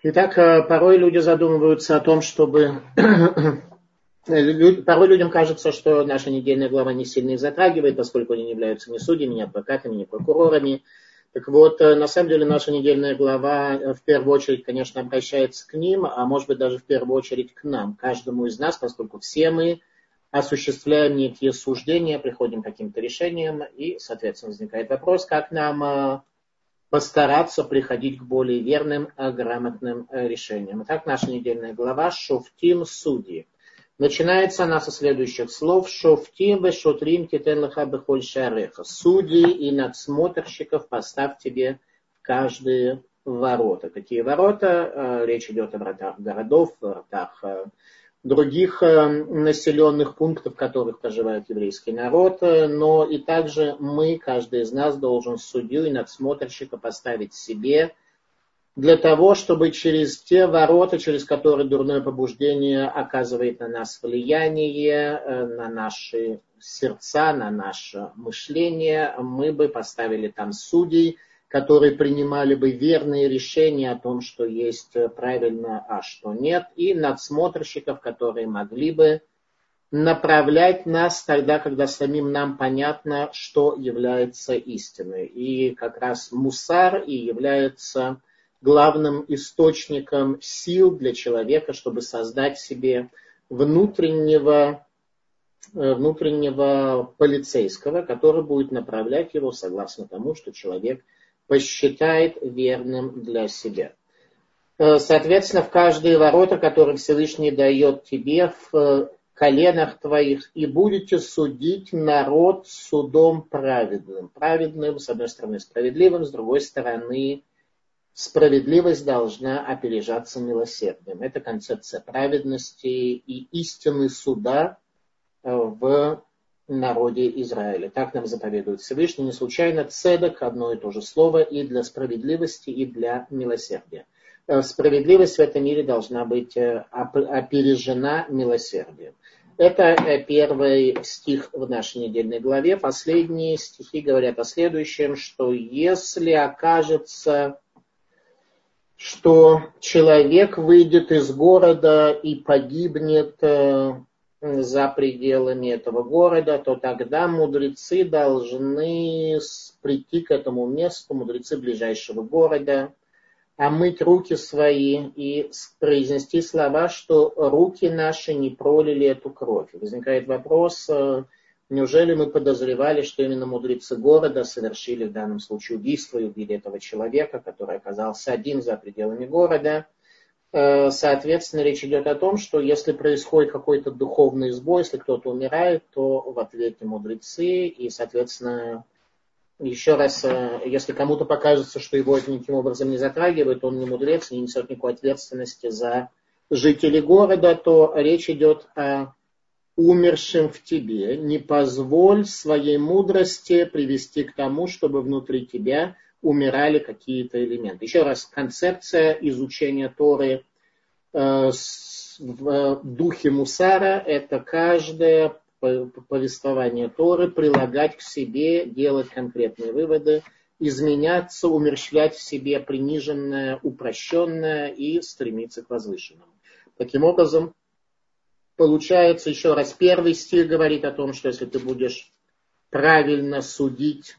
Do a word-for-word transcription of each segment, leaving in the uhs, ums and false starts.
Итак, порой люди задумываются о том, чтобы... Порой людям кажется, что наша недельная глава не сильно их затрагивает, поскольку они не являются ни судьями, ни адвокатами, ни прокурорами. Так вот, на самом деле наша недельная глава в первую очередь, конечно, обращается к ним, а может быть даже в первую очередь к нам, каждому из нас, поскольку все мы осуществляем некие суждения, приходим к каким-то решениям, и, соответственно, возникает вопрос, как нам постараться приходить к более верным, грамотным решениям. Итак, наша недельная глава «Шофтим судьи». Начинается она со следующих слов: «Шофтим ве шотрим титен леха бехоль шаареха». Судьи и надсмотрщиков поставь тебе в каждые ворота. Какие ворота? Речь идет о вратах городов, вратах других населенных пунктов, в которых проживает еврейский народ, но и также мы, каждый из нас, должен судью и надсмотрщика поставить себе для того, чтобы через те ворота, через которые дурное побуждение оказывает на нас влияние, на наши сердца, на наше мышление, мы бы поставили там судей, которые принимали бы верные решения о том, что есть правильно, а что нет, и надсмотрщиков, которые могли бы направлять нас тогда, когда самим нам понятно, что является истиной. И как раз мусар и является главным источником сил для человека, чтобы создать себе внутреннего, внутреннего полицейского, который будет направлять его согласно тому, что человек посчитает верным для себя. Соответственно, в каждые ворота, которые Всевышний дает тебе в коленах твоих, и будете судить народ судом праведным. Праведным, с одной стороны, справедливым, с другой стороны, справедливость должна опережаться милосердием. Это концепция праведности и истины суда в народе Израиля. Так нам заповедует Всевышний. Не случайно цедек — одно и то же слово и для справедливости, и для милосердия. Справедливость в этом мире должна быть опережена милосердием. Это первый стих в нашей недельной главе. Последние стихи говорят о следующем, что если окажется, что человек выйдет из города и погибнет за пределами этого города, то тогда мудрецы должны прийти к этому месту, мудрецы ближайшего города, омыть руки свои и произнести слова, что руки наши не пролили эту кровь. Возникает вопрос, неужели мы подозревали, что именно мудрецы города совершили в данном случае убийство и убили этого человека, который оказался один за пределами города. Соответственно, речь идет о том, что если происходит какой-то духовный сбой, если кто-то умирает, то в ответе мудрецы, и, соответственно, еще раз, если кому-то покажется, что его это никаким образом не затрагивает, он не мудрец, не несет никакой ответственности за жителей города, то речь идет о умершем в тебе. Не позволь своей мудрости привести к тому, чтобы внутри тебя умирали какие-то элементы. Еще раз, концепция изучения Торы э, с, в духе мусара – это каждое повествование Торы прилагать к себе, делать конкретные выводы, изменяться, умерщвлять в себе приниженное, упрощенное и стремиться к возвышенному. Таким образом, получается, еще раз, первый стих говорит о том, что если ты будешь правильно судить,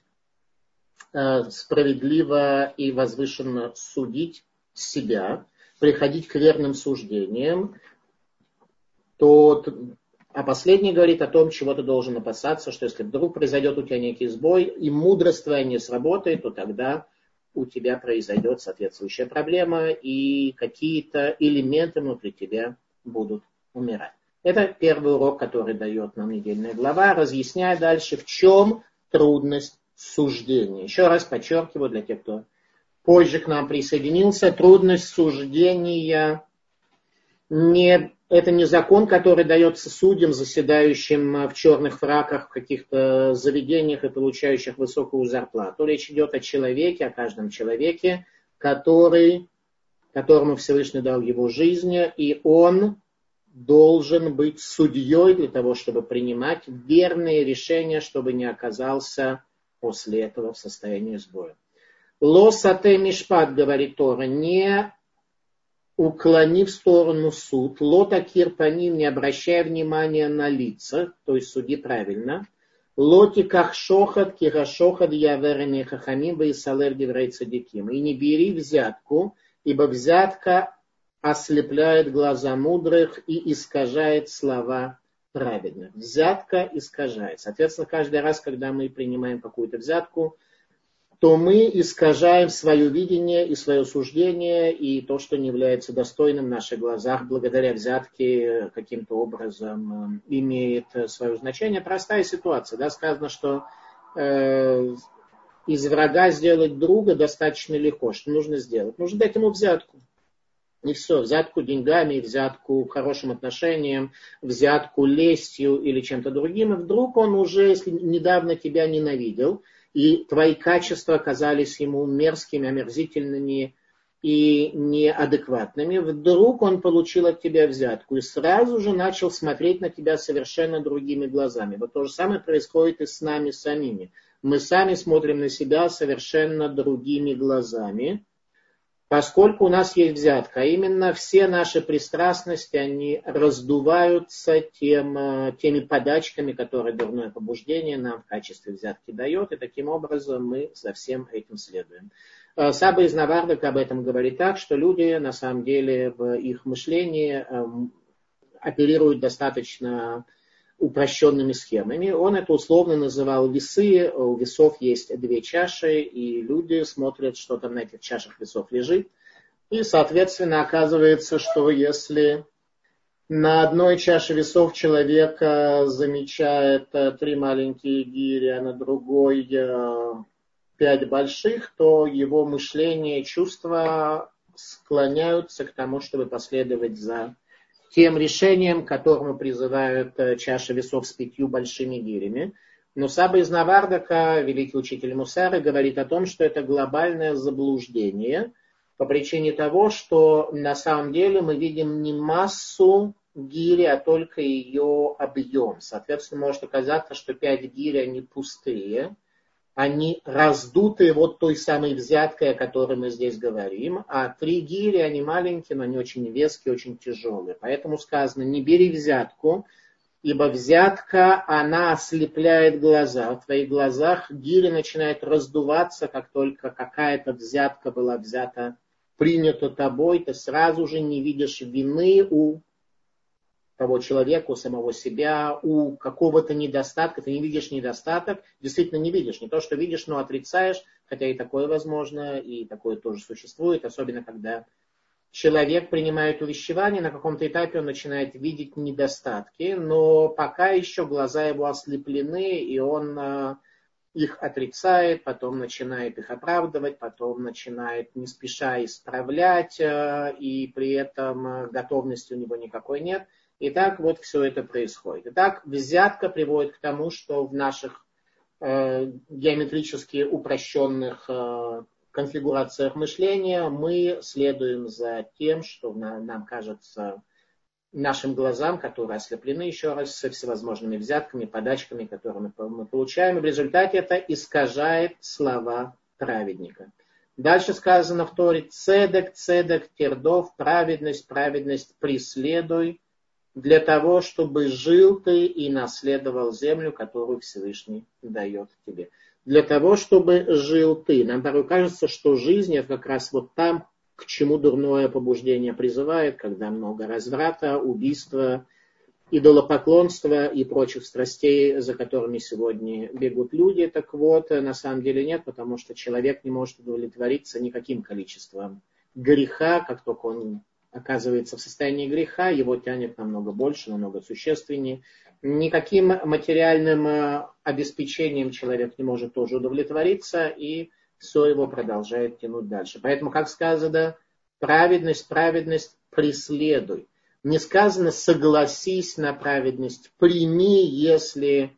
справедливо и возвышенно судить себя, приходить к верным суждениям, то, а последний говорит о том, чего ты должен опасаться, что если вдруг произойдет у тебя некий сбой, и мудрость твоя не сработает, то тогда у тебя произойдет соответствующая проблема, и какие-то элементы внутри тебя будут умирать. Это первый урок, который дает нам недельная глава, разъясняя дальше, в чем трудность суждения. Еще раз подчеркиваю для тех, кто позже к нам присоединился, трудность суждения не, это не закон, который дается судьям, заседающим в черных фраках в каких-то заведениях и получающих высокую зарплату. Речь идет о человеке, о каждом человеке, который, которому Всевышний дал его жизнь, и он должен быть судьей для того, чтобы принимать верные решения, чтобы не оказался после этого в состоянии сбоя. Лосате мишпат, говорит Тора, не уклони в сторону суд, лотакир по ним, не обращая внимания на лица, то есть суди правильно. Лоти кахшохат, кирашохат, яверени хахамим, ваисалер диврей цадиким. И не бери взятку, ибо взятка ослепляет глаза мудрых и искажает слова праведных. Взятка искажает. Соответственно, каждый раз, когда мы принимаем какую-то взятку, то мы искажаем свое видение и свое суждение, и то, что не является достойным в наших глазах, благодаря взятке каким-то образом имеет свое значение. Простая ситуация. Да? Сказано, что э, из врага сделать друга достаточно легко. Что нужно сделать? Нужно дать ему взятку. И все, взятку деньгами, взятку хорошим отношением, взятку лестью или чем-то другим. И вдруг он уже, если недавно тебя ненавидел, и твои качества оказались ему мерзкими, омерзительными и неадекватными, вдруг он получил от тебя взятку и сразу же начал смотреть на тебя совершенно другими глазами. Вот то же самое происходит и с нами самими. Мы сами смотрим на себя совершенно другими глазами, поскольку у нас есть взятка. А именно все наши пристрастности, они раздуваются тем, теми подачками, которые дурное побуждение нам в качестве взятки дает, и таким образом мы за всем этим следуем. Саба из Навардака об этом говорит так, что люди на самом деле в их мышлении оперируют достаточно упрощенными схемами. Он это условно называл весы. У весов есть две чаши, и люди смотрят, что там на этих чашах весов лежит. И, соответственно, оказывается, что если на одной чаше весов человек замечает три маленькие гири, а на другой пять больших, то его мышление, чувства склоняются к тому, чтобы последовать за тем решением, к которому призывают чаша весов с пятью большими гирями. Но Саба из Навардака, великий учитель Мусары, говорит о том, что это глобальное заблуждение по причине того, что на самом деле мы видим не массу гири, а только ее объем. Соответственно, может оказаться, что пять гири, они пустые, они раздутые вот той самой взяткой, о которой мы здесь говорим, а три гири, они маленькие, но они очень веские, очень тяжелые. Поэтому сказано, не бери взятку, ибо взятка, она ослепляет глаза. В твоих глазах гири начинают раздуваться, как только какая-то взятка была взята, принята тобой, ты сразу же не видишь вины у того человека, у самого себя, у какого-то недостатка. Ты не видишь недостаток, действительно не видишь. Не то, что видишь, но отрицаешь, хотя и такое возможно, и такое тоже существует, особенно когда человек принимает увещевание, на каком-то этапе он начинает видеть недостатки, но пока еще глаза его ослеплены, и он их отрицает, потом начинает их оправдывать, потом начинает не спеша исправлять, и при этом готовности у него никакой нет. И так вот все это происходит. Итак, взятка приводит к тому, что в наших э, геометрически упрощенных э, конфигурациях мышления мы следуем за тем, что на, нам кажется нашим глазам, которые ослеплены еще раз со всевозможными взятками, подачками, которые мы, мы получаем. И в результате это искажает слова праведника. Дальше сказано в Торе: цедек, цедек, тердов, праведность, праведность преследуй, для того, чтобы жил ты и наследовал землю, которую Всевышний дает тебе. Для того, чтобы жил ты. Нам порой кажется, что жизнь это как раз вот там, к чему дурное побуждение призывает, когда много разврата, убийства, идолопоклонства и прочих страстей, за которыми сегодня бегут люди. Так вот, на самом деле нет, потому что человек не может удовлетвориться никаким количеством греха, как только он оказывается в состоянии греха, его тянет намного больше, намного существеннее. Никаким материальным обеспечением человек не может тоже удовлетвориться, и все его продолжает тянуть дальше. Поэтому, как сказано, праведность, праведность преследуй. Не сказано согласись на праведность, прими, если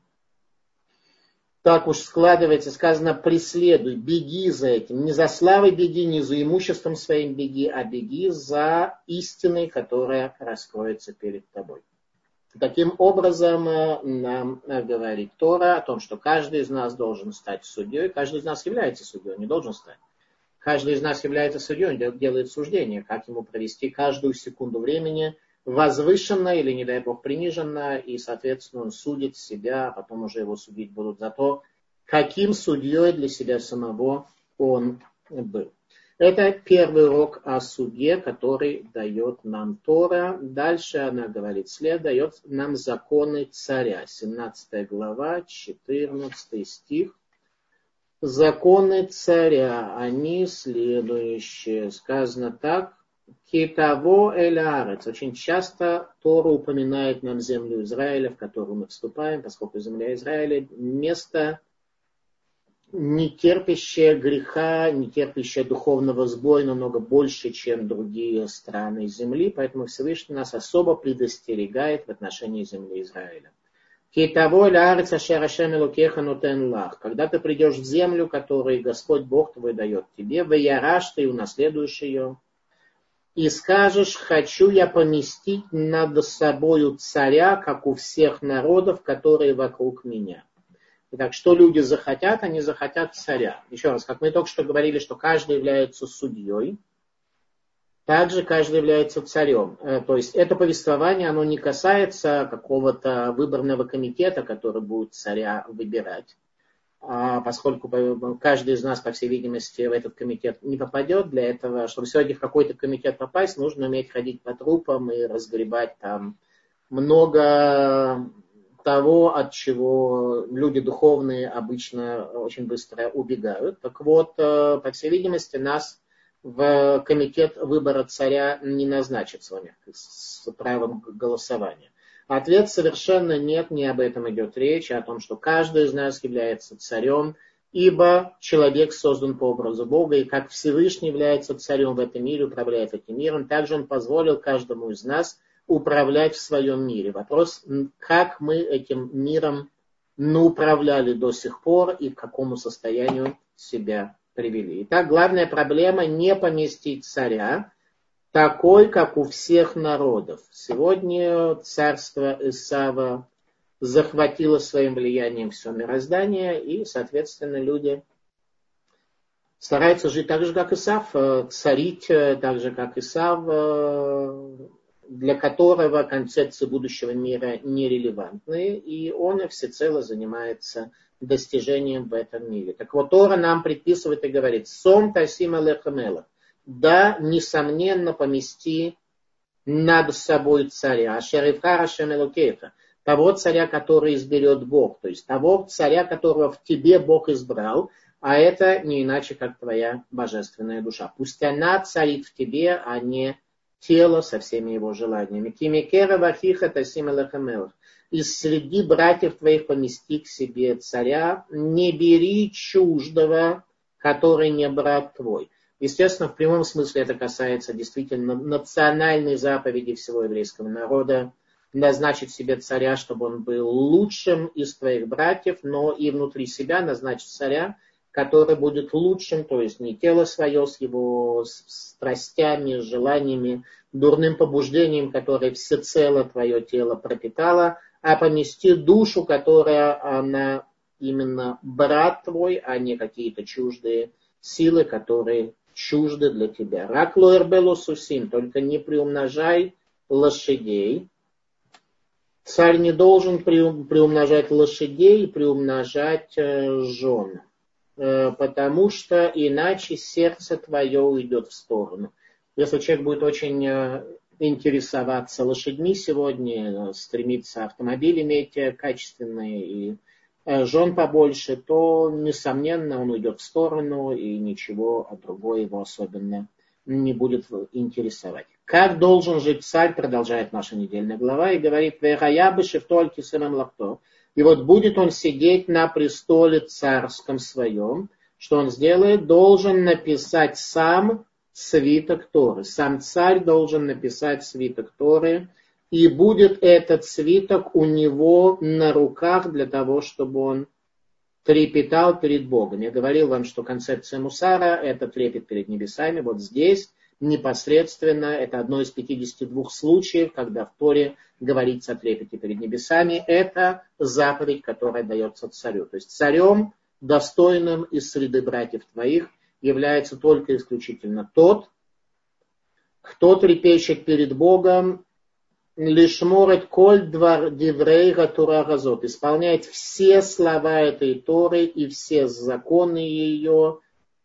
так уж складывается, сказано преследуй, беги за этим. Не за славой беги, не за имуществом своим беги, а беги за истиной, которая раскроется перед тобой. Таким образом, нам говорит Тора о том, что каждый из нас должен стать судьей, каждый из нас является судьей, не должен стать. каждый из нас является судьей, он делает суждение, как ему провести каждую секунду времени, возвышенно или, не дай бог, приниженно, и, соответственно, он судит себя, а потом уже его судить будут за то, каким судьей для себя самого он был. Это первый урок о суде, который дает нам Тора. Дальше она говорит, след дает нам законы царя. семнадцатая глава, четырнадцатый стих. Законы царя, они следующие. Сказано так. Китаво эль арец. Очень часто Тора упоминает нам землю Израиля, в которую мы вступаем, поскольку земля Израиля место, не терпящее греха, не терпящее духовного сбоя намного больше, чем другие страны земли, поэтому Всевышний нас особо предостерегает в отношении земли Израиля. Когда ты придешь в землю, которую Господь Бог твой дает тебе, ваяраш, ты унаследуешь ее, и скажешь, хочу я поместить над собою царя, как у всех народов, которые вокруг меня. Итак, что люди захотят? Они захотят царя. Еще раз, как мы только что говорили, что каждый является судьей, также каждый является царем. То есть это повествование, оно не касается какого-то выборного комитета, который будет царя выбирать. А поскольку каждый из нас, по всей видимости, в этот комитет не попадет, для этого, чтобы сегодня в какой-то комитет попасть, нужно уметь ходить по трупам и разгребать там много того, от чего люди духовные обычно очень быстро убегают. Так вот, по всей видимости, нас в комитет выбора царя не назначат с вами с правом голосования. Ответ совершенно нет, не об этом идет речь, а о том, что каждый из нас является царем, ибо человек создан по образу Бога, и как Всевышний является царем в этом мире, управляет этим миром, также он позволил каждому из нас управлять в своем мире. Вопрос, как мы этим миром управляли до сих пор и к какому состоянию себя привели. Итак, главная проблема не поместить царя, такой, как у всех народов. Сегодня царство Исава захватило своим влиянием все мироздание, и, соответственно, люди стараются жить так же, как Исав, царить так же, как Исав, для которого концепции будущего мира нерелевантны, и он всецело занимается достижением в этом мире. Так вот, Тора нам предписывает и говорит, «Сом тасим алеха мелах». Да, несомненно, помести над собой царя, ашерифха ашем элокейха, того царя, который изберет Бог, то есть того царя, которого в тебе Бог избрал, а это не иначе, как твоя божественная душа. Пусть она царит в тебе, а не тело со всеми его желаниями. Кимикера вахиха тасим алеха мелах. Из среди братьев твоих помести к себе царя, не бери чуждого, который не брат твой. Естественно, в прямом смысле это касается действительно национальной заповеди всего еврейского народа, назначить себе царя, чтобы он был лучшим из твоих братьев, но и внутри себя назначить царя, который будет лучшим, то есть не тело свое с его страстями, желаниями, дурным побуждением, которое всецело твое тело пропитало, а помести душу, которая она именно брат твой, а не какие-то чуждые силы, которые чужды для тебя. Рак лоэрбелу сусим, только не приумножай лошадей. Царь не должен приумножать лошадей и приумножать жен, потому что иначе сердце твое уйдет в сторону. Если человек будет очень интересоваться лошадьми сегодня, стремиться автомобиль иметь качественные и жен побольше, то, несомненно, он уйдет в сторону, и ничего другое его особенно не будет интересовать. Как должен жить царь, продолжает наша недельная глава, и говорит, и вот будет он сидеть на престоле царском своем, что он сделает, должен написать сам свиток Торы. Сам царь должен написать свиток Торы, и будет этот свиток у него на руках для того, чтобы он трепетал перед Богом. Я говорил вам, что концепция мусара – это трепет перед небесами. Вот здесь непосредственно это одно из пятидесяти двух случаев, когда в Торе говорится о трепете перед небесами. Это заповедь, которая дается царю. То есть царем, достойным из среды братьев твоих, является только исключительно тот, кто трепещет перед Богом, лишморет коль двор диврейга тура газот, исполняет все слова этой Торы и все законы ее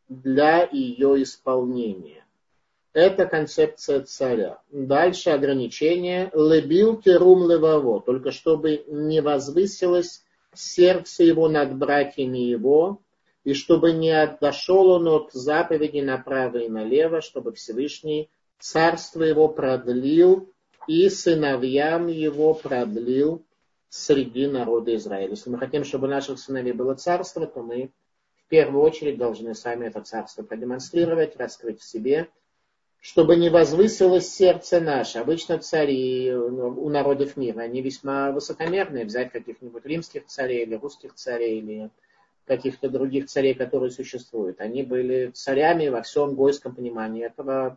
для ее исполнения. Это концепция царя. Дальше ограничение. Лебил керум леваво, только чтобы не возвысилось сердце его над братьями его, и чтобы не отошел он от заповеди направо и налево, чтобы Всевышний царство его продлил и сыновьям его продлил среди народа Израиля. Если мы хотим, чтобы у наших сыновей было царство, то мы в первую очередь должны сами это царство продемонстрировать, раскрыть в себе, чтобы не возвысилось сердце наше. Обычно цари у народов мира, они весьма высокомерные. Взять каких-нибудь римских царей или русских царей, или каких-то других царей, которые существуют. Они были царями во всем гойском понимании этого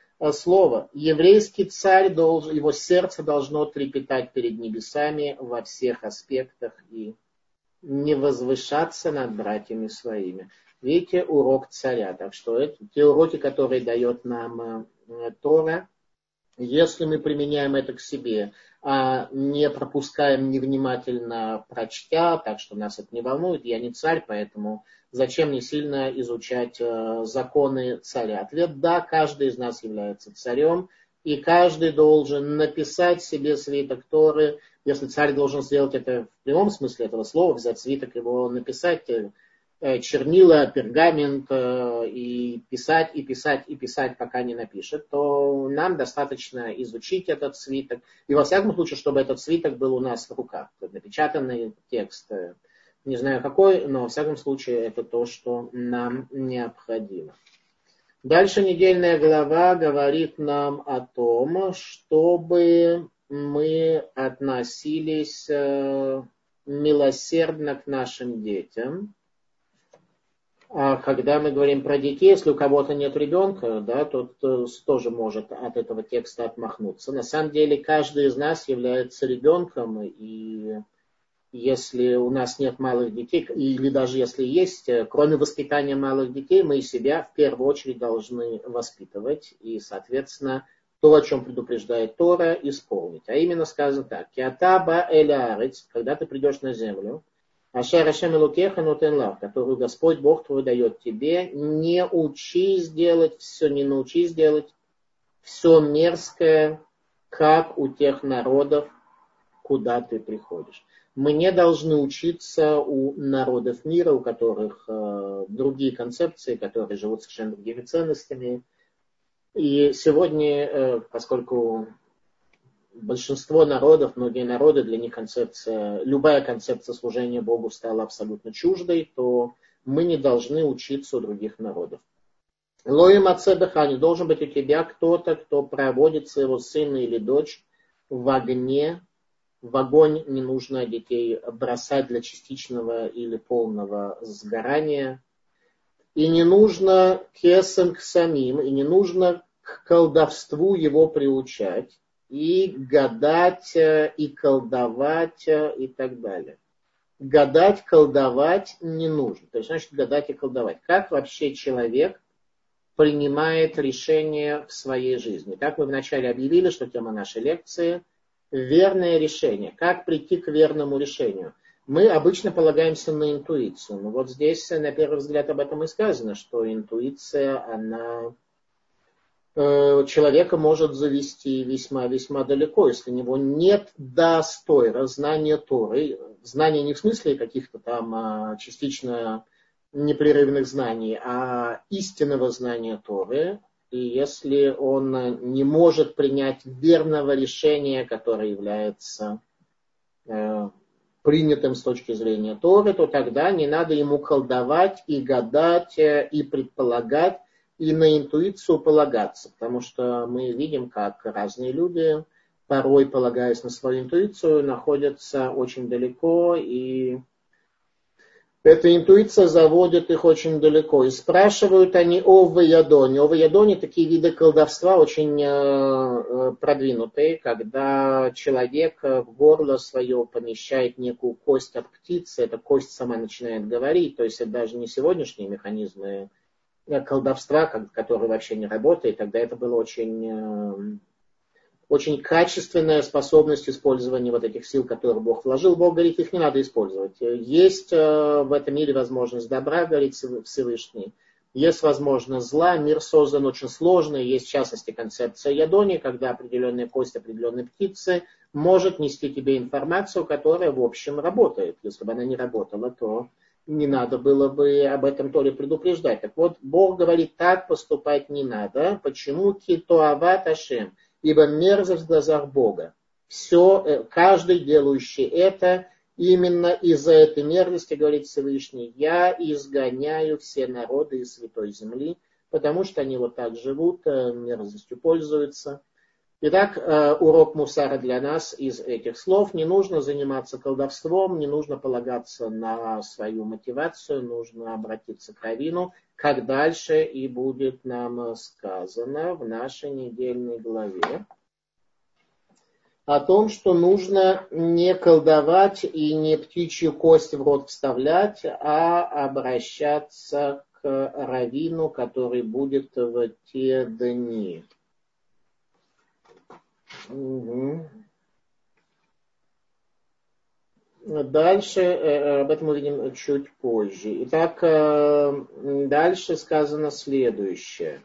слова. Еврейский царь, должен, его сердце должно трепетать перед небесами во всех аспектах и не возвышаться над братьями своими. Видите, урок царя. Так что это те уроки, которые дает нам э, Тора, если мы применяем это к себе, а не пропускаем невнимательно прочтя, так что нас это не волнует, я не царь, поэтому зачем мне сильно изучать э, законы царя? Ответ – да, каждый из нас является царем, и каждый должен написать себе свиток Торы. Если царь должен сделать это в прямом смысле этого слова, взять свиток, его написать, э, чернила, пергамент, э, и писать, и писать, и писать, пока не напишет, то нам достаточно изучить этот свиток. И во всяком случае, чтобы этот свиток был у нас в руках. Напечатанный текст, не знаю какой, но во всяком случае это то, что нам необходимо. Дальше недельная глава говорит нам о том, чтобы мы относились милосердно к нашим детям. А когда мы говорим про детей, если у кого-то нет ребенка, да, тот тоже может от этого текста отмахнуться. На самом деле каждый из нас является ребенком, и если у нас нет малых детей, или даже если есть, кроме воспитания малых детей, мы и себя в первую очередь должны воспитывать. И, соответственно, то, о чем предупреждает Тора, исполнить. А именно сказано так. Киатаба элярец, когда ты придешь на землю, Ашер Ашем Элокеха нотен лав, которую Господь Бог твой дает тебе, не учись делать все, не научись делать все мерзкое, как у тех народов, куда ты приходишь. Мы не должны учиться у народов мира, у которых э, другие концепции, которые живут совершенно другими ценностями. И сегодня, э, поскольку большинство народов, многие народы, для них концепция, любая концепция служения Богу стала абсолютно чуждой, то мы не должны учиться у других народов. Лоим ацебеха, не должен быть у тебя кто-то, кто проводит своего сына или дочь в огне. В огонь не нужно детей бросать для частичного или полного сгорания. И не нужно кесем к самим, и не нужно к колдовству его приучать, и гадать, и колдовать, и так далее. Гадать, колдовать не нужно. То есть, значит, гадать и колдовать. Как вообще человек принимает решения в своей жизни? Как мы вначале объявили, что тема нашей лекции – верное решение. Как прийти к верному решению? Мы обычно полагаемся на интуицию. Но вот здесь, на первый взгляд, об этом и сказано, что интуиция, она э, человека может завести весьма-весьма далеко. Если у него нет достойра, знания Торы, знания не в смысле каких-то там а, частично непрерывных знаний, а истинного знания Торы. И если он не может принять верного решения, которое является э, принятым с точки зрения Торы, то тогда не надо ему колдовать и гадать, э, и предполагать, и на интуицию полагаться. Потому что мы видим, как разные люди, порой полагаясь на свою интуицию, находятся очень далеко, и эта интуиция заводит их очень далеко. И спрашивают они о ваядоне. О ваядоне такие виды колдовства очень э, продвинутые, когда человек в горло свое помещает некую кость от птицы, эта кость сама начинает говорить. То есть это даже не сегодняшние механизмы колдовства, который вообще не работает, тогда это было очень, очень качественная способность использования вот этих сил, которые Бог вложил. Бог говорит, их не надо использовать. Есть в этом мире возможность добра, говорит Всевышний. Есть возможность зла. Мир создан очень сложный. Есть в частности концепция ядони, когда определенная кость определенной птицы может нести тебе информацию, которая в общем работает. Если бы она не работала, то не надо было бы об этом то ли предупреждать. Так вот, Бог говорит, так поступать не надо. Почему? Китоават Ашем. Ибо мерзость в глазах Бога. Все, каждый делающий это, именно из-за этой мерзости, говорит Всевышний, я изгоняю все народы из Святой Земли, потому что они вот так живут, мерзостью пользуются. Итак, урок мусара для нас из этих слов. Не нужно заниматься колдовством, не нужно полагаться на свою мотивацию, нужно обратиться к раввину, как дальше и будет нам сказано в нашей недельной главе. О том, что нужно не колдовать и не птичью кость в рот вставлять, а обращаться к раввину, который будет в те дни. Угу. Дальше, об этом мы видим чуть позже. Итак, дальше сказано следующее.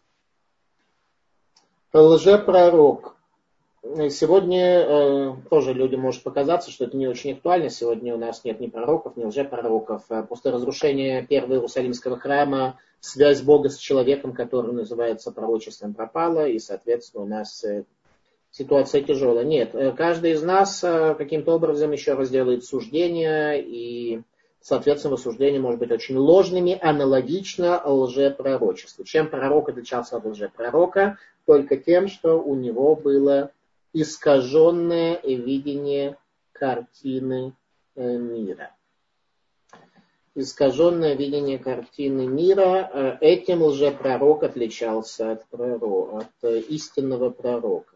Лжепророк. Сегодня э, тоже людям может показаться, что это не очень актуально. Сегодня у нас нет ни пророков, ни лжепророков. После разрушения первого Иерусалимского храма связь Бога с человеком, который называется пророчеством, пропала. И, соответственно, у нас э, ситуация тяжелая. Нет, каждый из нас э, каким-то образом еще раз делает суждения. И, соответственно, суждения может быть очень ложными, аналогично лжепророчеству. Чем пророк отличался от лжепророка? Только тем, что у него было искаженное видение картины мира. Искаженное видение картины мира. Этим лжепророк отличался от, пророка, от истинного пророка.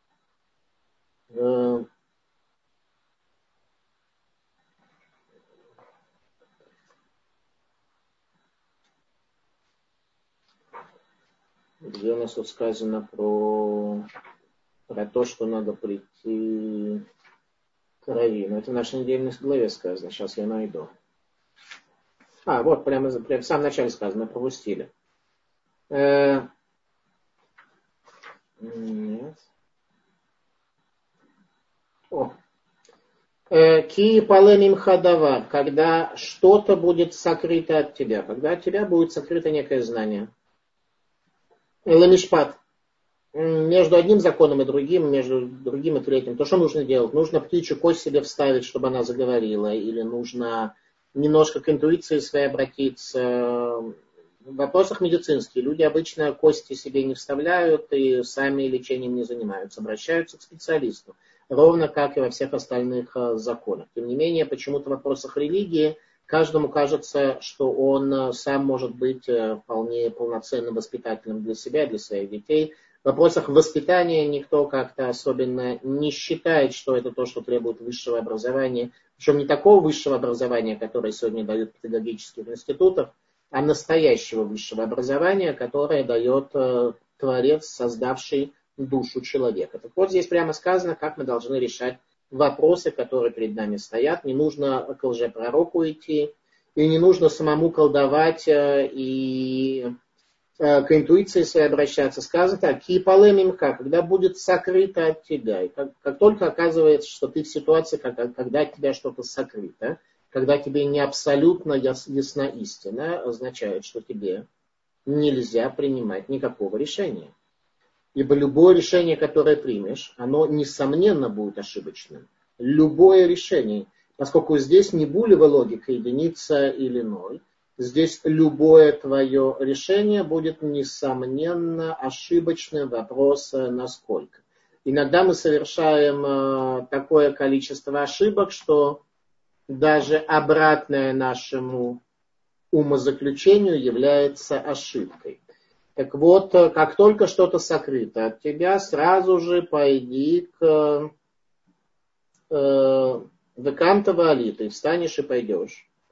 Где у нас тут сказано про... про то, что надо прийти к раввину. Это в нашей недельной главе сказано. Сейчас я найду. А, вот, прямо, прямо в самом начале сказано, пропустили. Э, нет. О. Ки палемим хадава, когда что-то будет сокрыто от тебя, когда от тебя будет сокрыто некое знание. Ламишпат. Между одним законом и другим, между другим и третьим, то что нужно делать? Нужно птичью кость себе вставить, чтобы она заговорила, или нужно немножко к интуиции своей обратиться. В вопросах медицинских люди обычно кости себе не вставляют и сами лечением не занимаются, обращаются к специалисту, ровно как и во всех остальных законах. Тем не менее, почему-то в вопросах религии каждому кажется, что он сам может быть вполне полноценным воспитателем для себя, для своих детей. В вопросах воспитания никто как-то особенно не считает, что это то, что требует высшего образования. Причем не такого высшего образования, которое сегодня дают в педагогических институтах, а настоящего высшего образования, которое дает э, Творец, создавший душу человека. Так вот, здесь прямо сказано, как мы должны решать вопросы, которые перед нами стоят. Не нужно к лжепророку идти, и не нужно самому колдовать э, и... к интуиции своей обращаться, сказано так, кипалемимха, когда будет сокрыто от тебя. И как, как только оказывается, что ты в ситуации, как, когда от тебя что-то сокрыто, когда тебе не абсолютно яс, ясна истина, означает, что тебе нельзя принимать никакого решения. Ибо любое решение, которое примешь, оно несомненно будет ошибочным. Любое решение, поскольку здесь не булевая логика, единица или ноль, здесь любое твое решение будет, несомненно, ошибочным. Вопрос насколько. Иногда мы совершаем такое количество ошибок, что даже обратное нашему умозаключению является ошибкой. Так вот, как только что-то сокрыто от тебя, сразу же пойди к э, Векамта Ваали, ты встанешь и пойдешь.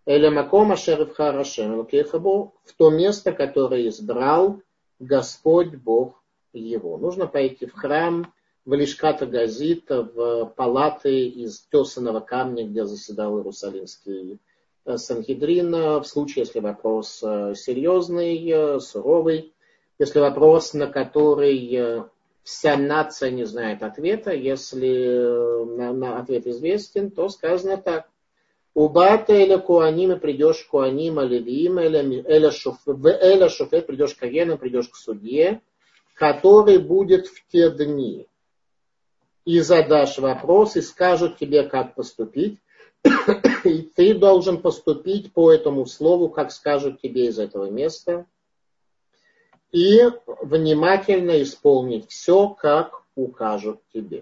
Эля маком ашер ибхар Ашем элокейха бо, в то место, которое избрал Господь Бог его. Нужно пойти в храм, в Лишкат Газит, в палаты из тесаного камня, где заседал Иерусалимский Сангедрин, в случае, если вопрос серьезный, суровый, если вопрос, на который вся нация не знает ответа, если на, на ответ известен, то сказано так. Убата эля куаним, и придешь к куаним, алевиим, эля шофет, придешь к коенам, придешь к судье, который будет в те дни. И задашь вопрос, и скажут тебе, как поступить. И ты должен поступить по этому слову, как скажут тебе из этого места. И внимательно исполнить все, как укажут тебе.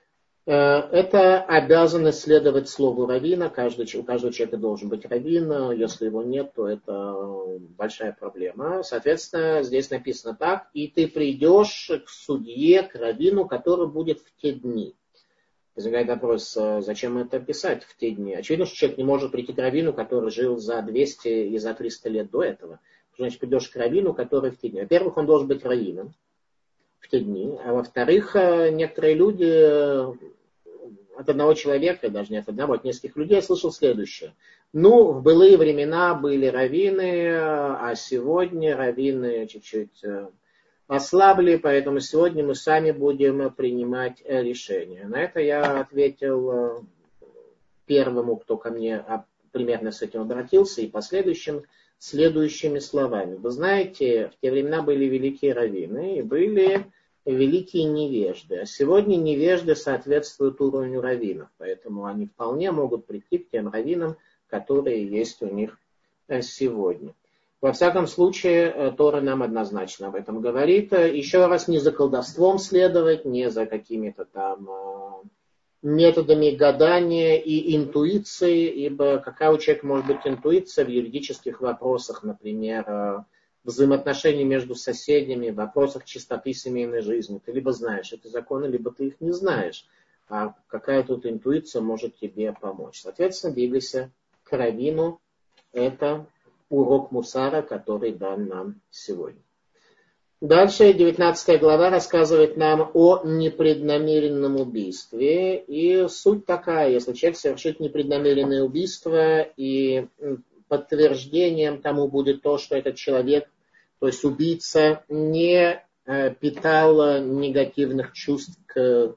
Это обязанность следовать слову раввина. Каждый, у каждого человека должен быть раввин. Если его нет, то это большая проблема. Соответственно, здесь написано так. И ты придешь к судье, к раввину, который будет в те дни. Возникает вопрос, зачем это писать в те дни? Очевидно, что человек не может прийти к раввину, который жил за двести и за триста лет до этого. Значит, придешь к раввину, который в те дни. Во-первых, он должен быть раввином в те дни. А во-вторых, некоторые люди... От одного человека, даже не от одного, от нескольких людей я слышал следующее. Ну, в былые времена были раввины, а сегодня раввины чуть-чуть ослабли, поэтому сегодня мы сами будем принимать решения. На это я ответил первому, кто ко мне примерно с этим обратился, и последующим следующими словами. Вы знаете, в те времена были великие раввины, и были... великие невежды. А сегодня невежды соответствуют уровню раввинов. Поэтому они вполне могут прийти к тем раввинам, которые есть у них сегодня. Во всяком случае, Тора нам однозначно об этом говорит. Еще раз, не за колдовством следовать, не за какими-то там методами гадания и интуиции, ибо какая у человека может быть интуиция в юридических вопросах, например, взаимоотношений между соседями, в вопросах чистоты семейной жизни. Ты либо знаешь эти законы, либо ты их не знаешь. А какая тут интуиция может тебе помочь? Соответственно, двигайся к раввину. Это урок мусара, который дан нам сегодня. Дальше девятнадцатая глава рассказывает нам о непреднамеренном убийстве. И суть такая, если человек совершит непреднамеренное убийство, и подтверждением тому будет то, что этот человек, то есть убийца, не питал негативных чувств к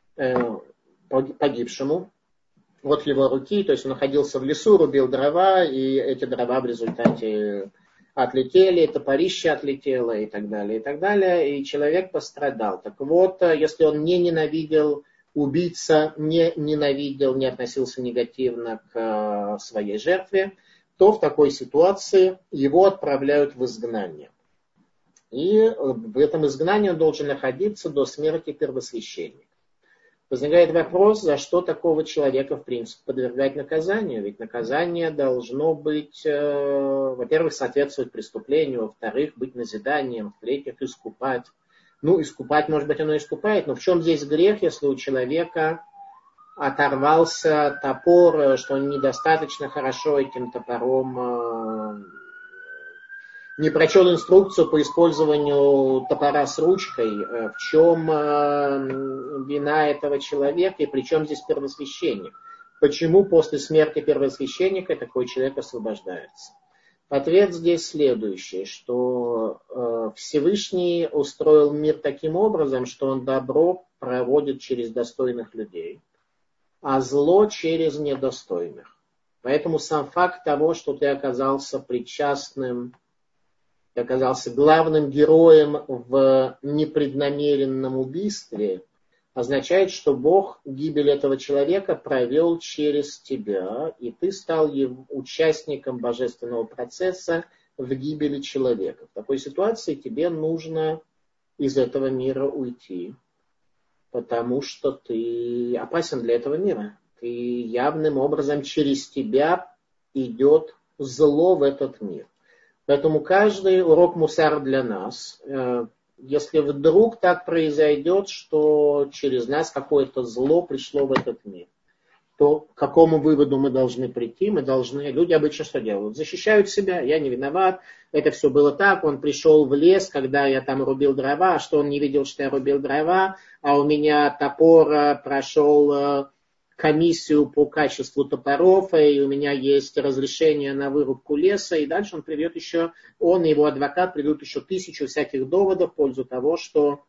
погибшему от его руки, то есть он находился в лесу, рубил дрова, и эти дрова в результате отлетели, топорище отлетело и так далее, и так далее, и человек пострадал. Так вот, если он не ненавидел, убийца не ненавидел, не относился негативно к своей жертве, то в такой ситуации его отправляют в изгнание. И в этом изгнании он должен находиться до смерти первосвященника. Возникает вопрос, за что такого человека, в принципе, подвергать наказанию. Ведь наказание должно быть, э, во-первых, соответствовать преступлению, во-вторых, быть назиданием, в-третьих, искупать. Ну, искупать, может быть, оно искупает, но в чем здесь грех, если у человека оторвался топор, что он недостаточно хорошо этим топором э, не прочел инструкцию по использованию топора с ручкой, в чем вина этого человека и при чем здесь первосвященник? Почему после смерти первосвященника такой человек освобождается? Ответ здесь следующий, что Всевышний устроил мир таким образом, что он добро проводит через достойных людей, а зло через недостойных. Поэтому сам факт того, что ты оказался причастным, оказался главным героем в непреднамеренном убийстве, означает, что Бог гибель этого человека провел через тебя, и ты стал участником божественного процесса в гибели человека. В такой ситуации тебе нужно из этого мира уйти, потому что ты опасен для этого мира. Ты явным образом через тебя идет зло в этот мир. Поэтому каждый урок мусар для нас. Если вдруг так произойдет, что через нас какое-то зло пришло в этот мир, то к какому выводу мы должны прийти? Мы должны, люди обычно что делают? Защищают себя, я не виноват, это все было так, он пришел в лес, когда я там рубил дрова, а что он не видел, что я рубил дрова, а у меня топор прошел комиссию по качеству топоров, и у меня есть разрешение на вырубку леса, и дальше он приведет еще, он и его адвокат приведут еще тысячу всяких доводов в пользу того, что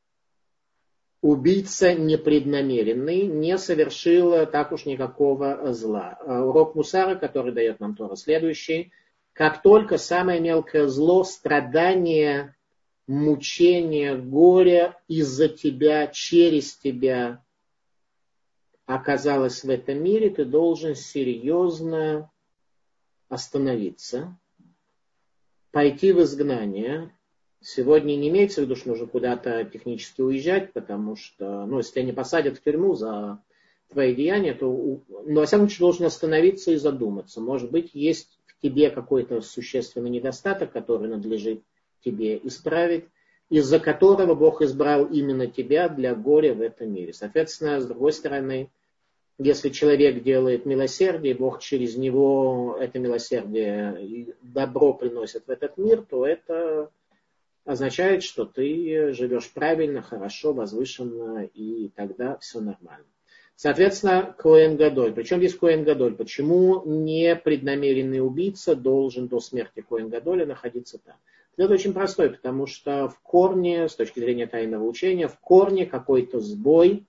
убийца непреднамеренный, не совершил так уж никакого зла. Урок мусара, который дает нам Тора, следующий. Как только самое мелкое зло, страдание, мучение, горе из-за тебя, через тебя оказалось в этом мире, ты должен серьезно остановиться, пойти в изгнание. Сегодня не имеется в виду, что нужно куда-то технически уезжать, потому что, ну, если тебя не посадят в тюрьму за твои деяния, то, ну, во всяком случае, должен остановиться и задуматься. Может быть, есть в тебе какой-то существенный недостаток, который надлежит тебе исправить, из-за которого Бог избрал именно тебя для горя в этом мире. Соответственно, с другой стороны, если человек делает милосердие, Бог через него это милосердие и добро приносит в этот мир, то это означает, что ты живешь правильно, хорошо, возвышенно, и тогда все нормально. Соответственно, Коэн Гадоль. Причем здесь Коэн Гадоль? Почему непреднамеренный убийца должен до смерти Коэн Гадоля находиться там? Это очень простой, потому что в корне, с точки зрения тайного учения, в корне какой-то сбой,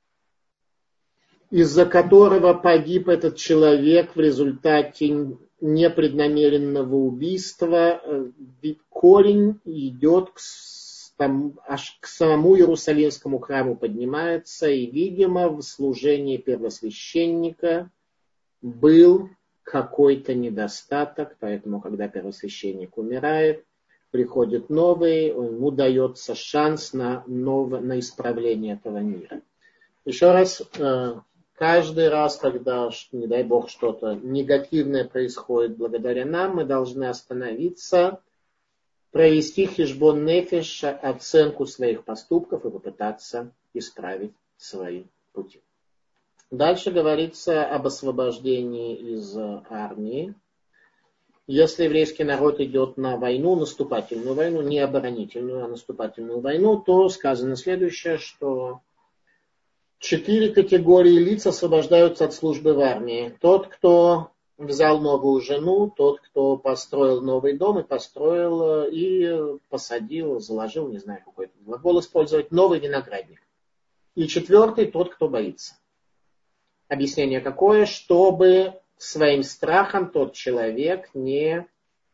из-за которого погиб этот человек в результате непреднамеренного убийства, корень идет к, там, аж к самому Иерусалимскому храму поднимается, и, видимо, в служении первосвященника был какой-то недостаток, поэтому, когда первосвященник умирает, приходит новый, ему дается шанс на, новое, на исправление этого мира. Еще раз, каждый раз, когда, не дай Бог, что-то негативное происходит благодаря нам, мы должны остановиться, провести хешбон нефеш, оценку своих поступков и попытаться исправить свои пути. Дальше говорится об освобождении из армии. Если еврейский народ идет на войну, наступательную войну, не оборонительную, а наступательную войну, то сказано следующее, что четыре категории лиц освобождаются от службы в армии. Тот, кто взял новую жену, тот, кто построил новый дом и построил, и посадил, заложил, не знаю, какой-то глагол использовать, новый виноградник. И четвертый, тот, кто боится. Объяснение какое? Чтобы своим страхом тот человек не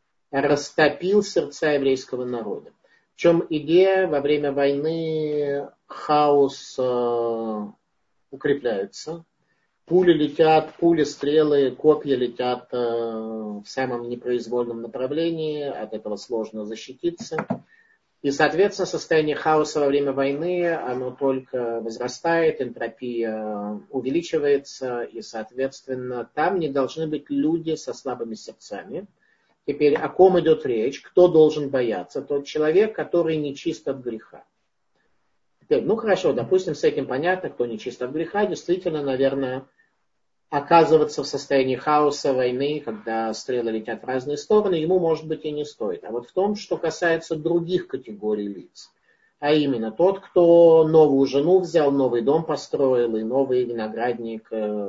растопил сердца еврейского народа. В чем идея? Во время войны хаос э, укрепляется. Пули летят, пули, стрелы, копья летят э, в самом непроизвольном направлении. От этого сложно защититься. И, соответственно, состояние хаоса во время войны, оно только возрастает, энтропия увеличивается, и, соответственно, там не должны быть люди со слабыми сердцами. Теперь, о ком идет речь? Кто должен бояться? Тот человек, который не чист от греха. Теперь, ну хорошо, допустим, с этим понятно, кто не чист от греха. Действительно, наверное, оказываться в состоянии хаоса, войны, когда стрелы летят в разные стороны, ему, может быть, и не стоит. А вот в том, что касается других категорий лиц, а именно тот, кто новую жену взял, новый дом построил и новый виноградник э,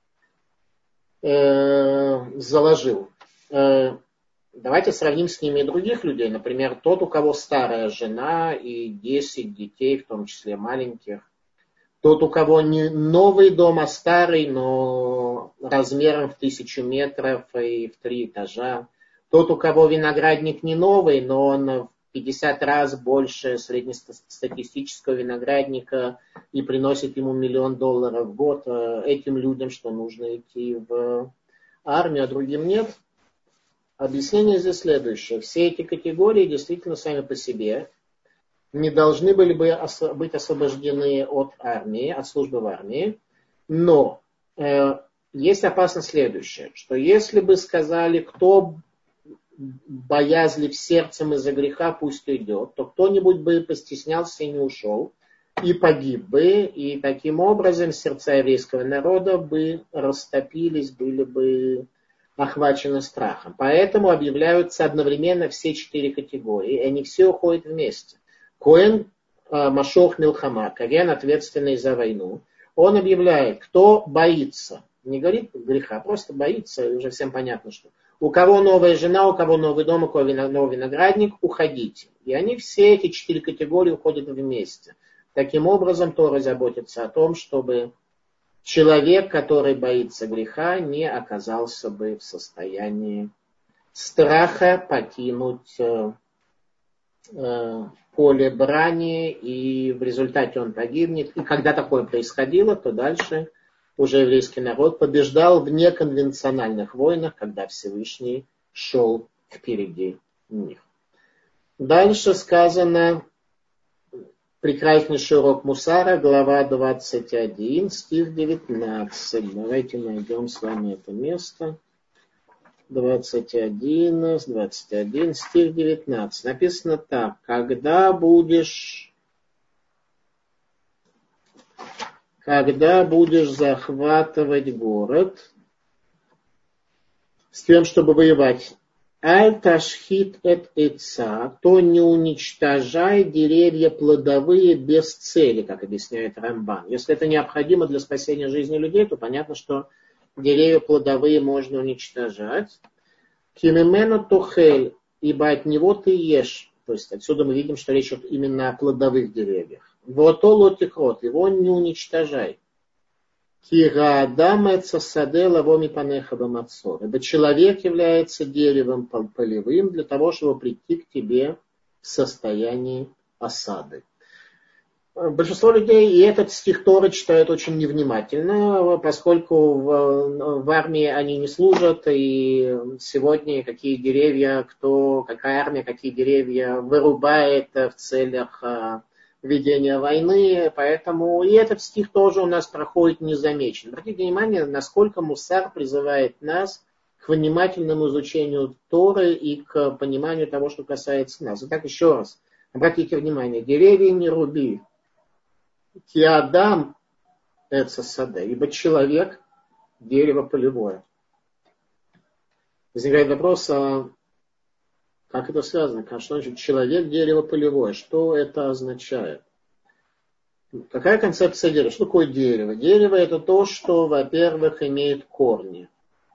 э, заложил. Э, давайте сравним с ними и других людей. Например, тот, у кого старая жена и десять детей, в том числе маленьких. Тот, у кого не новый дом, а старый, но размером в тысячу метров и в три этажа. Тот, у кого виноградник не новый, но он в пятьдесят раз больше среднестатистического виноградника и приносит ему миллион долларов в год. Этим людям, что нужно идти в армию, а другим нет. Объяснение здесь следующее. Все эти категории действительно сами по себе не должны были бы быть освобождены от армии, от службы в армии. Но э, есть опасность следующая, что если бы сказали, кто боязлив сердцем из-за греха, пусть уйдет, то кто-нибудь бы постеснялся и не ушел. и погиб бы, и таким образом сердца еврейского народа бы растопились, были бы охвачены страхом. Поэтому объявляются одновременно все четыре категории, и они все уходят вместе. Коэн Машох Милхама, Коэн, ответственный за войну, он объявляет, кто боится, не говорит греха, просто боится, и уже всем понятно, что у кого новая жена, у кого новый дом, у кого новый виноградник, уходите. И они все эти четыре категории уходят вместе. Таким образом, Тора заботится о том, чтобы человек, который боится греха, не оказался бы в состоянии страха покинуть э, э, поле брани, и в результате он погибнет. И когда такое происходило, то дальше уже еврейский народ побеждал в неконвенциональных войнах, когда Всевышний шел впереди них. Дальше сказано прекраснейший урок Мусара, глава двадцать один, стих девятнадцать. Давайте найдем с вами это место. двадцать один, двадцать один, стих девятнадцать. Написано так. Когда будешь, когда будешь захватывать город с тем, чтобы воевать, аль ташхит эт эца, то не уничтожай деревья плодовые без цели, как объясняет Рамбан. Если это необходимо для спасения жизни людей, то понятно, что деревья плодовые можно уничтожать. Кимимена тухель, ибо от него ты ешь. То есть отсюда мы видим, что речь идет именно о плодовых деревьях. Вот лотикрот, его не уничтожай. Кира Адама саде лавоми панеха бамацор. Ибо человек является деревом полевым для того, чтобы прийти к тебе в состоянии осады. Большинство людей и этот стих Торы читают очень невнимательно, поскольку в, в армии они не служат, и сегодня какие деревья, кто, какая армия, какие деревья вырубает в целях ведения войны, поэтому и этот стих тоже у нас проходит незамечен. Обратите внимание, насколько Мусар призывает нас к внимательному изучению Торы и к пониманию того, что касается нас. Итак, еще раз, обратите внимание, деревья не руби. Киадам эца саде, ибо человек дерево полевое. Возникает вопрос, а как это связано? Что значит человек дерево полевое? Что это означает? Какая концепция дерева? Что такое дерево? Дерево это то, что, во-первых, имеет корни.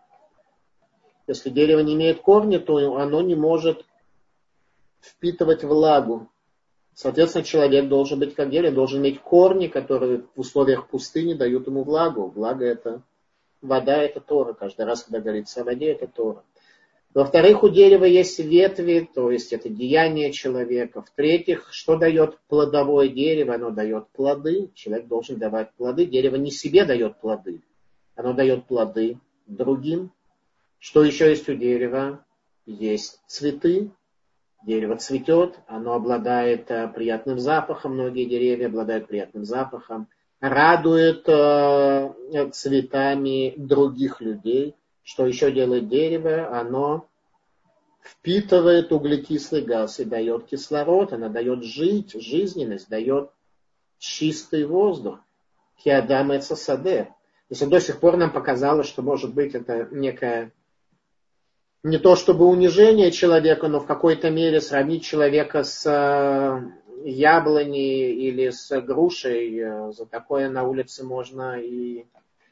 Если дерево не имеет корни, то оно не может впитывать влагу. Соответственно, человек должен быть как дерево, должен иметь корни, которые в условиях пустыни дают ему влагу. Влага это вода, это Тора. Каждый раз, когда говорится о воде, это Тора. Во-вторых, у дерева есть ветви, то есть это деяние человека. В-третьих, что дает плодовое дерево? Оно дает плоды. Человек должен давать плоды. Дерево не себе дает плоды. Оно дает плоды другим. Что еще есть у дерева? Есть цветы. Дерево цветет, оно обладает приятным запахом. Многие деревья обладают приятным запахом. Радует цветами других людей. Что еще делает дерево? Оно впитывает углекислый газ и дает кислород. Оно дает жить, жизненность, дает чистый воздух. Киадам эца саде. Если до сих пор нам показалось, что может быть это некое, не то чтобы унижение человека, но в какой-то мере сравнить человека с яблоней или с грушей, за такое на улице можно и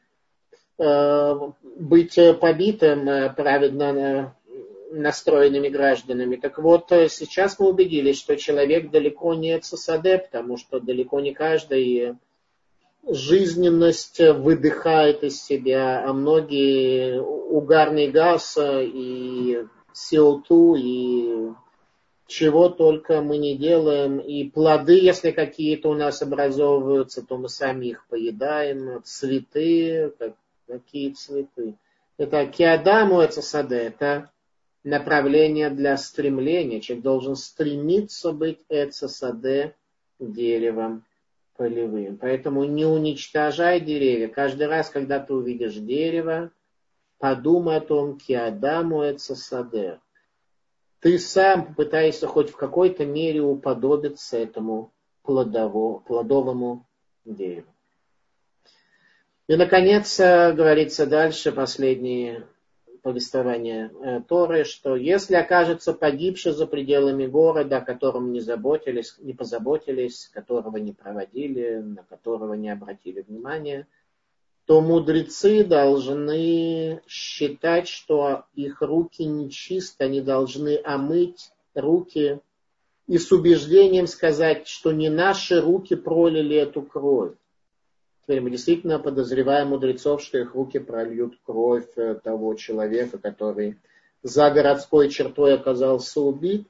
быть побитым праведно настроенными гражданами. Так вот, сейчас мы убедились, что человек далеко не эцесаде, потому что далеко не каждый жизненность выдыхает из себя, а многие угарный газ и си о два, и чего только мы не делаем. И плоды, если какие-то у нас образовываются, то мы сами их поедаем. Цветы, как какие цветы. Это киадаму эцесаде, это направление для стремления. Человек должен стремиться быть эцесаде деревом полевым. Поэтому не уничтожай деревья. Каждый раз, когда ты увидишь дерево, подумай о том, киадаму эцесаде. Ты сам попытаешься хоть в какой-то мере уподобиться этому плодово, плодовому дереву. И, наконец, говорится дальше, последнее повествование э, Торы, что если окажется погибший за пределами города, о котором не заботились, не позаботились, которого не проводили, на которого не обратили внимания, то мудрецы должны считать, что их руки нечисты, они должны омыть руки и с убеждением сказать, что не наши руки пролили эту кровь. Теперь мы действительно подозреваем мудрецов, что их руки прольют кровь того человека, который за городской чертой оказался убит.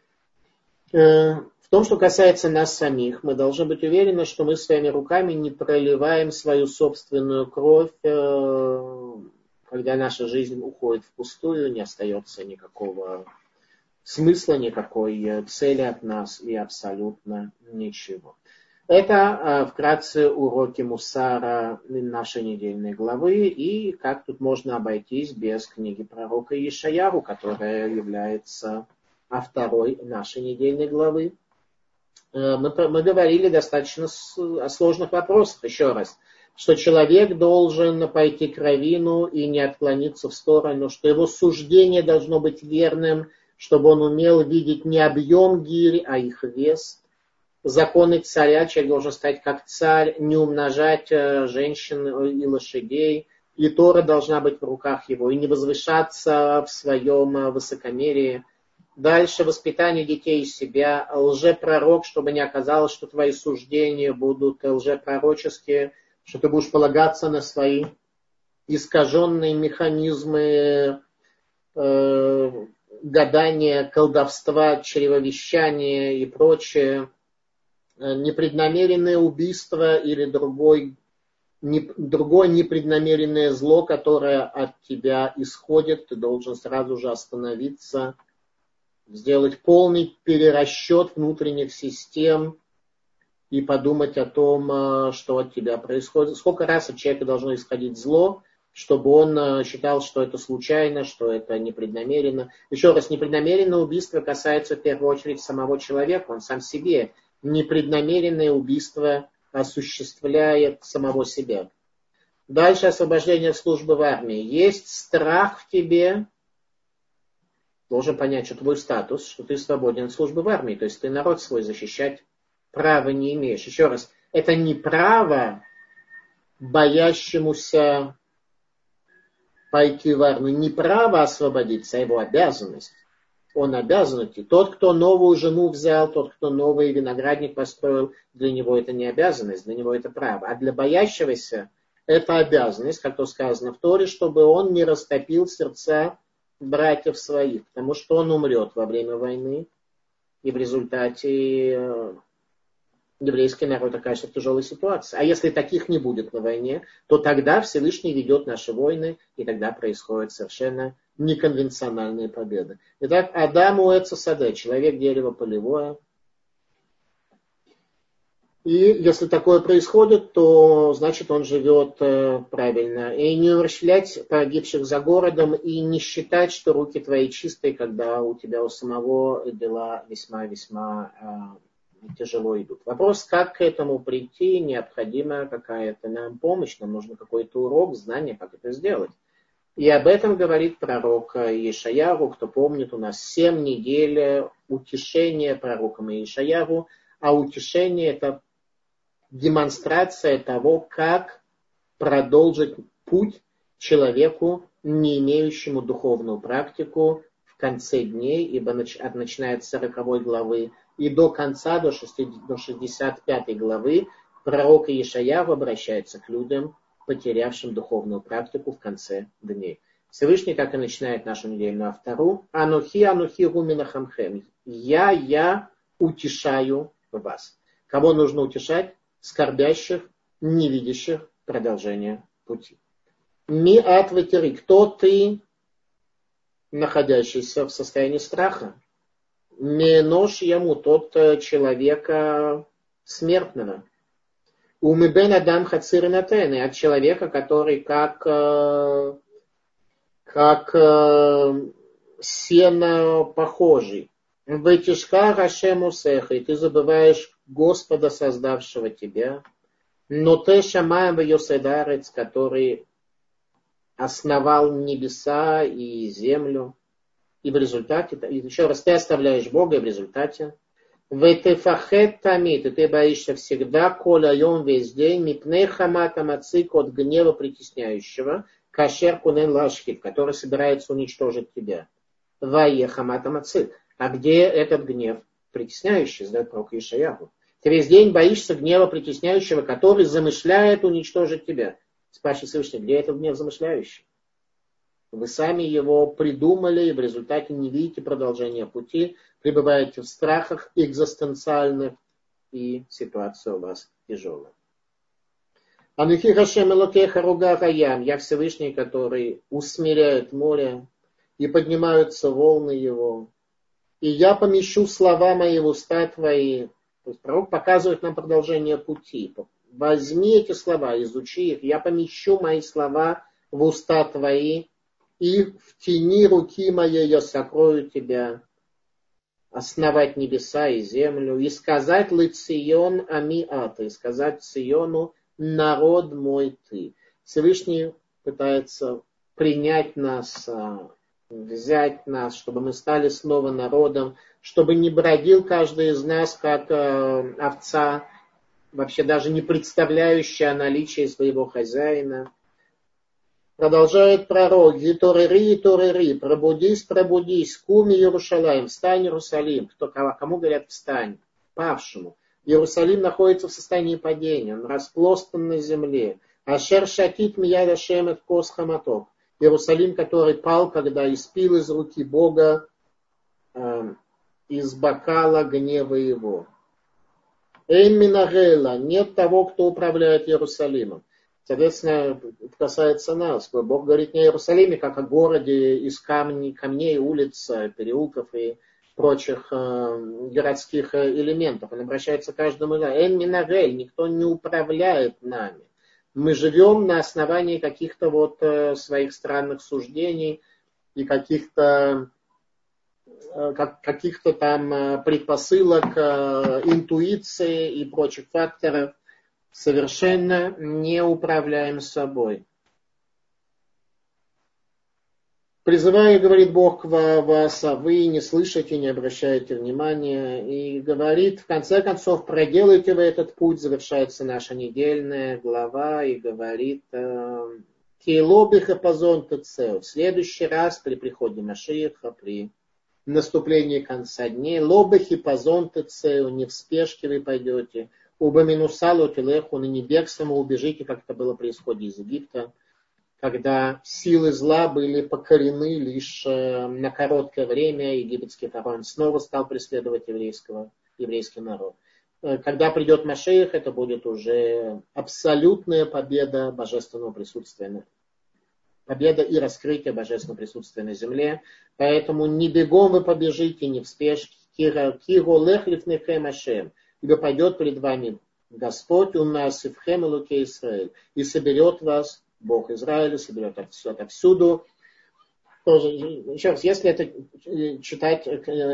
В том, что касается нас самих, мы должны быть уверены, что мы своими руками не проливаем свою собственную кровь, когда наша жизнь уходит впустую, не остается никакого смысла, никакой цели от нас и абсолютно ничего. Это вкратце уроки Мусара нашей недельной главы, и как тут можно обойтись без книги пророка Ешаяху, которая является авторой нашей недельной главы. Мы, мы говорили достаточно о сложных вопросах, еще раз, что человек должен пойти к раввину и не отклониться в сторону, что его суждение должно быть верным, чтобы он умел видеть не объем гирь, а их вес. Законы царя, человек должен стать как царь, не умножать женщин и лошадей, и Тора должна быть в руках его, и не возвышаться в своем высокомерии. Дальше воспитание детей из себя, лжепророк, чтобы не оказалось, что твои суждения будут лжепророческие, что ты будешь полагаться на свои искаженные механизмы э, гадания, колдовства, чревовещания и прочее. Непреднамеренное убийство или другой, не, другое непреднамеренное зло, которое от тебя исходит, ты должен сразу же остановиться, сделать полный перерасчет внутренних систем и подумать о том, что от тебя происходит. Сколько раз от человека должно исходить зло, чтобы он считал, что это случайно, что это непреднамеренно. Еще раз, непреднамеренное убийство касается в первую очередь самого человека, он сам себе. Непреднамеренное убийство осуществляет самого себя. Дальше освобождение от службы в армии. Есть страх в тебе, должен понять, что твой статус, что ты свободен от службы в армии, то есть ты народ свой защищать права не имеешь. Еще раз, это не право боящемуся пойти в армию, не право освободиться, а его обязанность. Он обязан идти. Тот, кто новую жену взял, тот, кто новый виноградник построил, для него это не обязанность, для него это право. А для боящегося это обязанность, как то сказано в Торе, чтобы он не растопил сердца братьев своих, потому что он умрет во время войны, и в результате еврейский народ окажется в тяжелой ситуации. А если таких не будет на войне, то тогда Всевышний ведет наши войны, и тогда происходят совершенно неконвенциональные победы. Итак, Адам уэц саде, человек дерево полевое. И если такое происходит, то значит он живет э, правильно. И не умерщвлять погибших за городом, и не считать, что руки твои чистые, когда у тебя у самого дела весьма-весьма э, тяжело идут. Вопрос, как к этому прийти, необходима какая-то нам помощь, нам нужен какой-то урок, знание, как это сделать. И об этом говорит пророк Ешаяху. Кто помнит, у нас семь недель утешения пророком Ешаяху, а утешение – это демонстрация того, как продолжить путь человеку, не имеющему духовную практику в конце дней, ибо начиная с сороковой главы и до конца, до шестьдесят пятой главы, пророк Ешаяху обращается к людям, потерявшим духовную практику в конце дней. Всевышний так и начинает нашу недельную автору. Анухи, анухи, гумина хамхем. Я, я утешаю вас. Кого нужно утешать? Скорбящих, невидящих продолжения пути. Ми ат ветери. Кто ты, находящийся в состоянии страха? Менош яму, тот человека смертного. Умибен адам хацир натены, от человека, который как, как сено похожий. Вытишка рашем усеха, и ты забываешь Господа, создавшего тебя, но ты шамаем йоседарец, который основал небеса и землю, и в результате, и еще раз, ты оставляешь Бога, и в результате ветефахет тамит, и ты боишься всегда, коля йом весь день, мипней хамата мацик, от гнева притесняющего, кашер кунен лашхит, который собирается уничтожить тебя. Вае хамата мацик. А где этот гнев притесняющий, задает пророк Ишаяху? Ты весь день боишься гнева притесняющего, который замышляет уничтожить тебя. Спрашивает Всевышний, где этот гнев замышляющий? Вы сами его придумали, и в результате не видите продолжения пути, пребываете в страхах экзистенциальных, и ситуация у вас тяжелая. Анухи Хашем Элокеха Руга Хаям, я Всевышний, который усмиряет море, и поднимаются волны его. И я помещу слова мои в уста твои. То есть пророк показывает нам продолжение пути. Возьми эти слова, изучи их. Я помещу мои слова в уста твои, и в тени руки моей я сокрою тебя, основать небеса и землю, и сказать Лыцион Амиата, и сказать Циону, народ мой ты. Всевышний пытается принять нас, взять нас, чтобы мы стали снова народом, чтобы не бродил каждый из нас как э, овца, вообще даже не представляющая наличие своего хозяина. Продолжает пророк, «Гиторери, торери, пробудись, пробудись, куми Иерушалаим, встань, Иерусалим». Кто, кому говорят «встань»? Павшему. Иерусалим находится в состоянии падения, он распластан на земле. Ашер шатит мияда шемет кос хаматок. Иерусалим, который пал, когда испил из руки Бога, э, из бокала гнева его. Эйн минагела, нет того, кто управляет Иерусалимом. Соответственно, это касается нас. Бог говорит не о Иерусалиме, как о городе из камней, камней, улиц, переулков и прочих э, городских элементов. Он обращается к каждому. Эн минагель, никто не управляет нами. Мы живем на основании каких-то вот э, своих странных суждений и каких-то э, как, каких-то там э, предпосылок, э, интуиции и прочих факторов. Совершенно не управляем собой. Призываю, говорит Бог, вас, а вы не слышите, не обращаете внимания. И говорит, в конце концов, проделайте вы этот путь, завершается наша недельная глава, и говорит, Кейлобиха пазон тцео. В следующий раз при приходе Машиаха, при наступлении конца дней, лобихи пазон тцео, не в спешке вы пойдете, Уба минусалу телеху, на не бегством убежите, как это было при исходе из Египта, когда силы зла были покорены лишь на короткое время, египетский фараон снова стал преследовать еврейского, еврейский народ. Когда придет Машиах, это будет уже абсолютная победа божественного присутствия, победа и раскрытие божественного присутствия на земле. Поэтому не бегом вы побежите, не в спешке. Киго лехлифнехем Ашем. Ибо пойдет перед вами Господь, умнасивхем элокей Исраэль, и соберет вас, Бог Израиля, соберет отовсюду. Тоже, еще раз, если это читать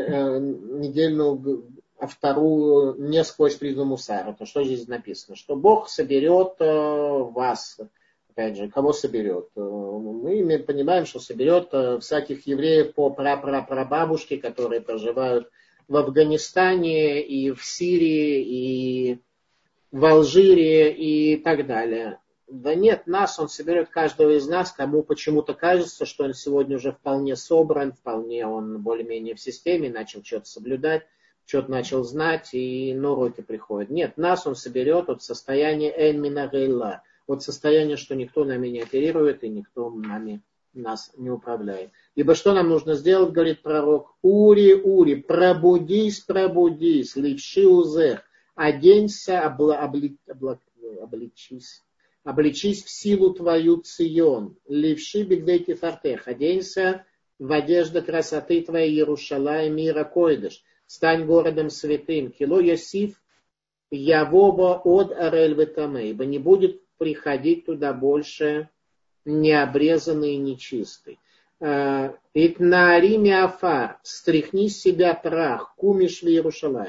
недельную автору не сквозь призму Мусара, то что здесь написано? Что Бог соберет вас, опять же, кого соберет? Мы понимаем, что соберет всяких евреев по прапрапрабабушке, которые проживают в Афганистане, и в Сирии, и в Алжире, и так далее. Да нет, нас он соберет, каждого из нас, кому почему-то кажется, что он сегодня уже вполне собран, вполне он более-менее в системе, начал что-то соблюдать, что-то начал знать, и на уроки приходят. Нет, нас он соберет от состояния эн минагейла, от состояния, что никто нами не оперирует, и никто нами нас не управляет. Ибо что нам нужно сделать, говорит пророк, Ури, Ури, пробудись, пробудись, левши узех, оденься, обла, обли, обла, обличись, обличись в силу твою Цион, левши бигдейки фартех, оденься в одежду красоты твоей Иерушалаим мира койдыш, стань городом святым, кило Йосиф, Явова от Арель Ветаме, ибо не будет приходить туда больше необрезанный и нечистый. Итнаари миафар, стряхни с себя прах, кумиш в Иерушалаим.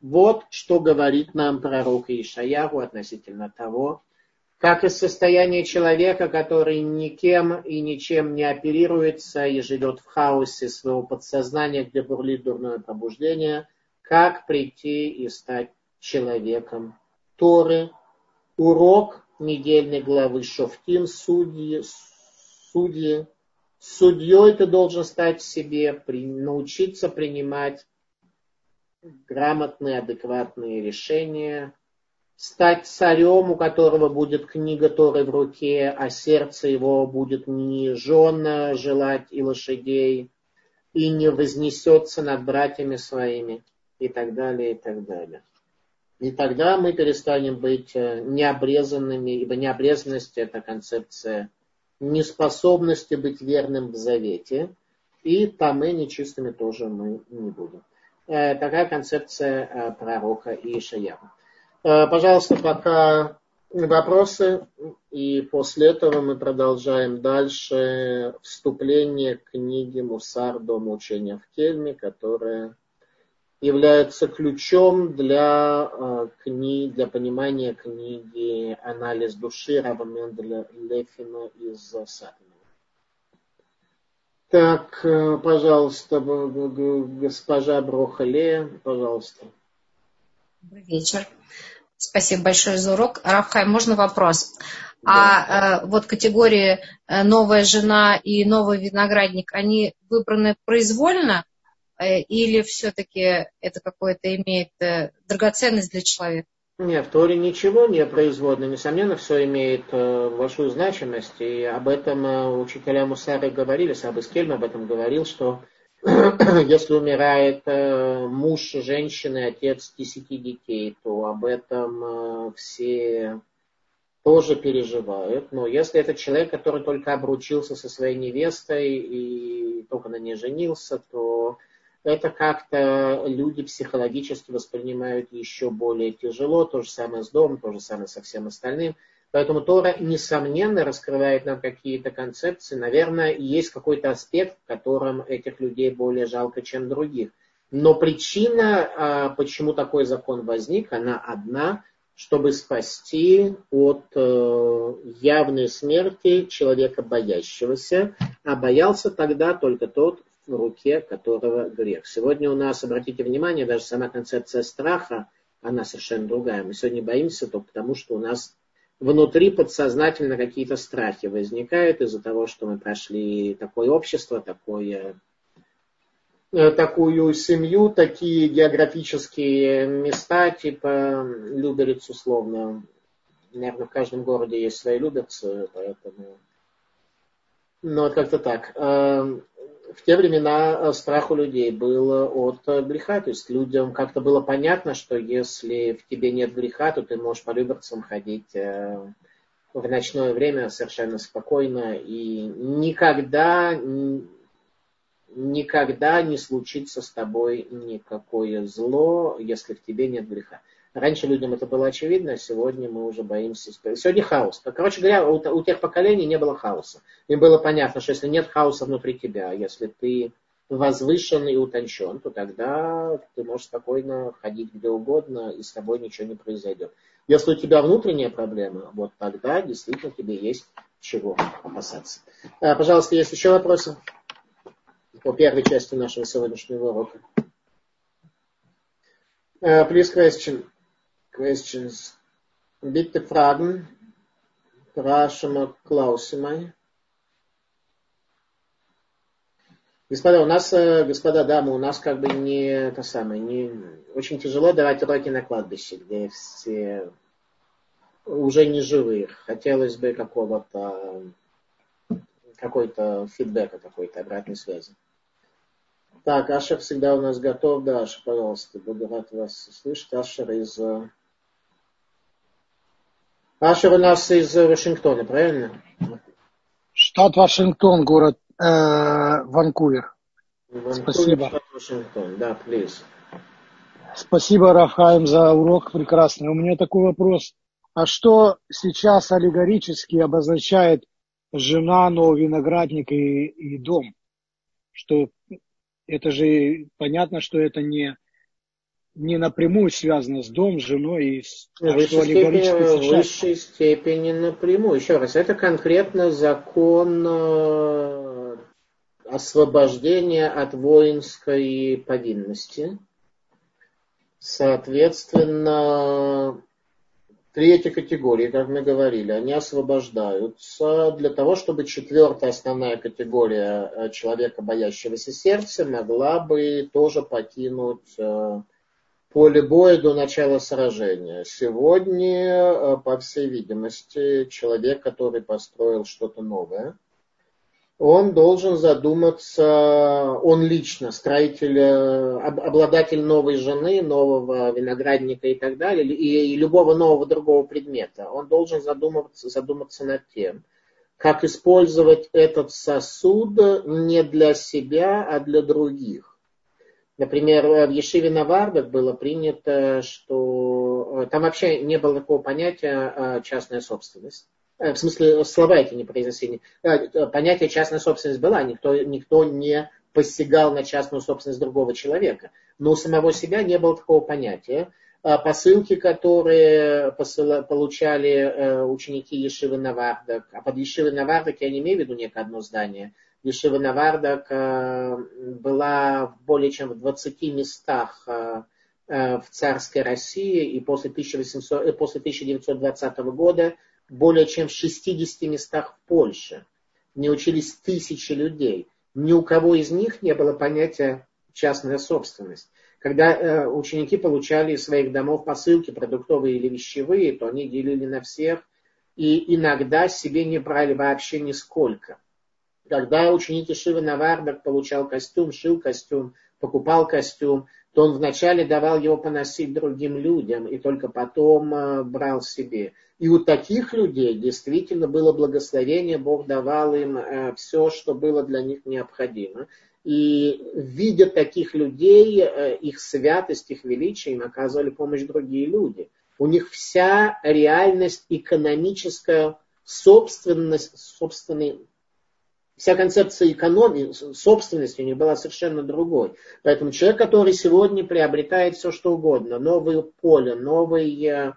Вот что говорит нам пророк Ишаяху относительно того, как из состояния человека, который никем и ничем не оперируется и живет в хаосе своего подсознания, где бурлит дурное пробуждение, как прийти и стать человеком Торы. Урок недельной главы Шофтим, судьи, судьи. Судьей ты должен стать себе, при, научиться принимать грамотные, адекватные решения, стать царем, у которого будет книга Торы в руке, а сердце его будет не жен желать и лошадей, и не вознесется над братьями своими, и так далее, и так далее. И тогда мы перестанем быть необрезанными, ибо необрезанность – это концепция неспособности быть верным в завете, и тамэ нечистыми тоже мы не будем. Такая концепция пророка Ишаяху. Пожалуйста, пока вопросы, и после этого мы продолжаем дальше вступление к книге Мусар, Дом учения в Кельме, которая является ключом для, э, кни, для понимания книги «Анализ души» Рава Менделя Лефина из Сатана. Так, э, пожалуйста, госпожа Брохале, пожалуйста. Добрый вечер. Спасибо большое за урок. Рав Хаим, можно вопрос? Да. А э, вот категории э, новая жена и новый виноградник, они выбраны произвольно? Или все-таки это какое-то имеет драгоценность для человека? Нет, в Торе ничего не производно. Несомненно, все имеет большую значимость. И об этом учителя Мусары говорили, Саба Скельм об этом говорил, что если умирает муж женщины, отец десяти детей, то об этом все тоже переживают. Но если это человек, который только обручился со своей невестой и только на ней женился, то это как-то люди психологически воспринимают еще более тяжело. То же самое с домом, то же самое со всем остальным. Поэтому Тора, несомненно, раскрывает нам какие-то концепции. Наверное, есть какой-то аспект, в котором этих людей более жалко, чем других. Но причина, почему такой закон возник, она одна, чтобы спасти от явной смерти человека боящегося. А боялся тогда только тот, в руке которого грех. Сегодня у нас, обратите внимание, даже сама концепция страха, она совершенно другая. Мы сегодня боимся только потому, что у нас внутри подсознательно какие-то страхи возникают из-за того, что мы прошли такое общество, такое, такую семью, такие географические места, типа Люберец, условно. Наверное, в каждом городе есть свои Люберцы, поэтому... Ну, вот как-то так. В те времена страх у людей был от греха. То есть людям как-то было понятно, что если в тебе нет греха, то ты можешь по Люберцам ходить в ночное время совершенно спокойно. И никогда, никогда не случится с тобой никакое зло, если в тебе нет греха. Раньше людям это было очевидно, а сегодня мы уже боимся. Сегодня хаос. Короче говоря, у, у тех поколений не было хаоса. Им было понятно, что если нет хаоса внутри тебя, если ты возвышен и утончен, то тогда ты можешь спокойно ходить где угодно, и с тобой ничего не произойдет. Если у тебя внутренняя проблема, вот тогда действительно тебе есть чего опасаться. А, пожалуйста, есть еще вопросы по первой части нашего сегодняшнего урока? Uh, please question. Questions. Bitte Fragen. Спрашиваем Клаусимай. Господа, у нас, господа, дамы, у нас как бы не это самое, не очень тяжело давать уроки на кладбище, где все уже не живые. Хотелось бы какого-то какой-то фидбэка, какой-то обратной связи. Так, Ашер всегда у нас готов. Да, Ашер, пожалуйста, буду рад вас услышать. Ашер из... Ашер у нас из Вашингтона, правильно? Штат Вашингтон, город э, Ванкувер. Ванкувер, Спасибо. Штат Вашингтон, да, please. Спасибо, Рав Хаим, за урок прекрасный. У меня такой вопрос. А что сейчас аллегорически обозначает жена, новый виноградник и, и дом? Что это же понятно, что это не не напрямую связано с домом, с женой, и с, В а что высшей аллегорически степени, в встречается. высшей степени напрямую. Еще раз, это конкретно закон э, освобождения от воинской повинности. Соответственно, третья категория, как мы говорили, они освобождаются для того, чтобы четвертая основная категория человека, боящегося сердца, могла бы тоже покинуть поле боя до начала сражения. Сегодня, по всей видимости, человек, который построил что-то новое, он должен задуматься, он лично, строитель, обладатель новой жены, нового виноградника и так далее, и, и любого нового другого предмета, он должен задуматься, задуматься над тем, как использовать этот сосуд не для себя, а для других. Например, в Ешиве Навардах было принято, что там вообще не было такого понятия частная собственность. В смысле, слова эти не произнесены. Понятие частная собственность была, никто, никто не посягал на частную собственность другого человека. Но у самого себя не было такого понятия. Посылки, которые посыла, получали ученики Ешивы Навардак, а под Ешивой Навардак я не имею в виду некое одно здание. Ешива Навардак была в более чем в двадцати местах в царской России, и после, тысяча восемьсот, после тысяча девятьсот двадцатого года более чем в шестидесяти местах в Польше. Не учились тысячи людей. Ни у кого из них не было понятия частная собственность. Когда э, ученики получали из своих домов посылки, продуктовые или вещевые, то они делили на всех и иногда себе не брали вообще нисколько. Когда ученик Ешивы Навардак получал костюм, шил костюм, покупал костюм, то он вначале давал его поносить другим людям и только потом э, брал себе. И у таких людей действительно было благословение, Бог давал им э, все, что было для них необходимо. И видя таких людей, э, их святость, их величие, им оказывали помощь другие люди. У них вся реальность экономическая, собственность, собственный, вся концепция экономии, собственности у них была совершенно другой. Поэтому человек, который сегодня приобретает все, что угодно, новое поле, новые,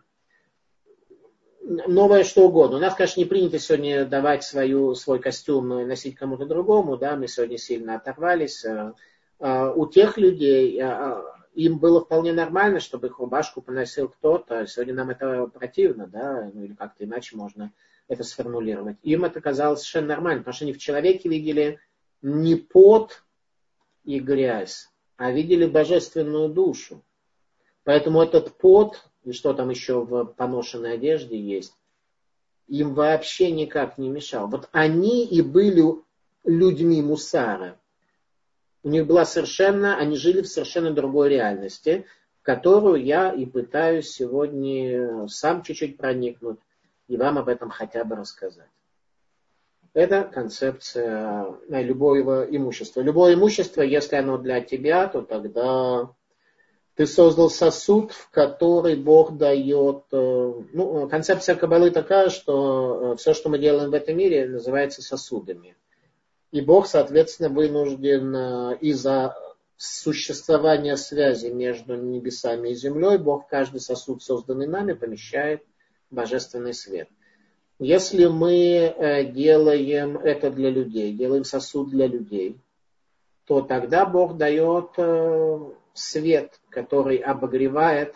новое что угодно. У нас, конечно, не принято сегодня давать свою, свой костюм носить кому-то другому, да, мы сегодня сильно оторвались. У тех людей им было вполне нормально, чтобы их рубашку поносил кто-то. Сегодня нам это противно, да, ну или как-то иначе можно это сформулировать. Им это казалось совершенно нормально, потому что они в человеке видели не пот и грязь, а видели божественную душу. Поэтому этот пот, и что там еще в поношенной одежде есть, им вообще никак не мешал. Вот они и были людьми мусара. У них была совершенно, они жили в совершенно другой реальности, в которую я и пытаюсь сегодня сам чуть-чуть проникнуть и вам об этом хотя бы рассказать. Это концепция любого имущества. Любое имущество, если оно для тебя, то тогда ты создал сосуд, в который Бог дает... Ну, концепция Каббалы такая, что все, что мы делаем в этом мире, называется сосудами. И Бог, соответственно, вынужден из-за существования связи между небесами и землей, Бог в каждый сосуд, созданный нами, помещает божественный свет. Если мы делаем это для людей, делаем сосуд для людей, то тогда Бог дает свет, который обогревает,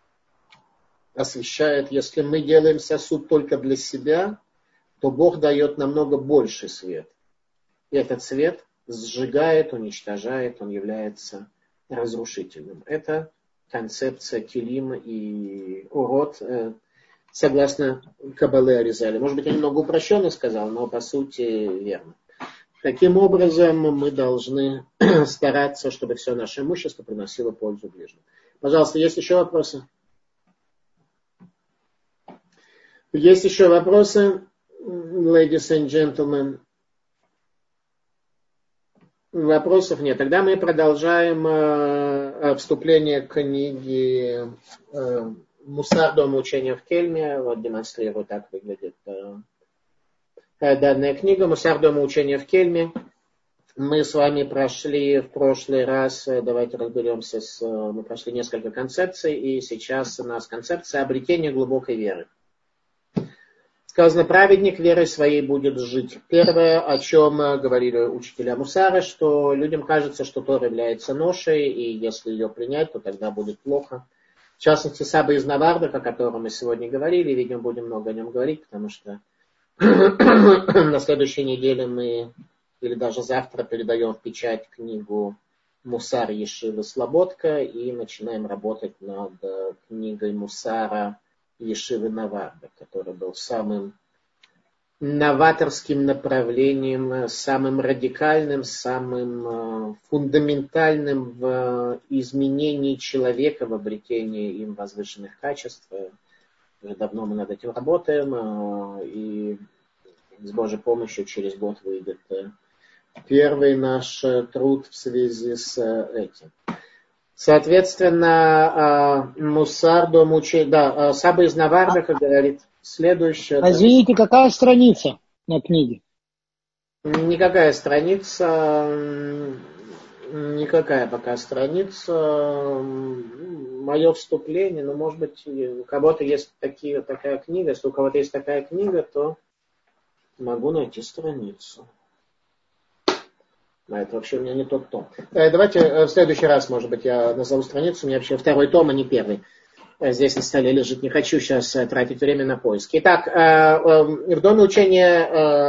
освещает. Если мы делаем сосуд только для себя, то Бог дает намного больше свет. И этот свет сжигает, уничтожает, он является разрушительным. Это концепция Килим и Урод, согласно Каббале Аризали. Может быть, я немного упрощенно сказал, но по сути верно. Таким образом, мы должны стараться, чтобы все наше имущество приносило пользу ближним. Пожалуйста, есть еще вопросы? Есть еще вопросы, ladies and gentlemen? Вопросов нет. Тогда мы продолжаем э, вступление к книге э, «Мусар. Дома учения в Кельме». Вот демонстрирую, так выглядит э, данная книга «Мусар. Дома учения в Кельме». Мы с вами прошли в прошлый раз, давайте разберемся, с, мы прошли несколько концепций, и сейчас у нас концепция обретения глубокой веры. Сказано, праведник верой своей будет жить. Первое, о чем говорили учителя Мусара, что людям кажется, что Тора является ношей, и если ее принять, то тогда будет плохо. В частности, Саба из Наварда, о котором мы сегодня говорили, видимо, будем много о нем говорить, потому что на следующей неделе мы, или даже завтра, передаем в печать книгу Мусар Ешивы Слободка и начинаем работать над книгой Мусара Ешивы Наварда, который был самым новаторским направлением, самым радикальным, самым фундаментальным в изменении человека, в обретении им возвышенных качеств. Уже давно мы над этим работаем, и с Божьей помощью через год выйдет первый наш труд в связи с этим. Соответственно, Мусар до мучения, да, Саба из Наварда, как говорит, следующее. Извините, какая страница на книге? Никакая страница, никакая пока страница. Мое вступление, но, может быть, у кого-то есть такие, такая книга. Если у кого-то есть такая книга, то могу найти страницу. А это вообще у меня не тот том. Давайте в следующий раз, может быть, я назову страницу. У меня вообще второй том, а не первый. Здесь на столе лежит. Не хочу сейчас тратить время на поиски. Итак, в доме учения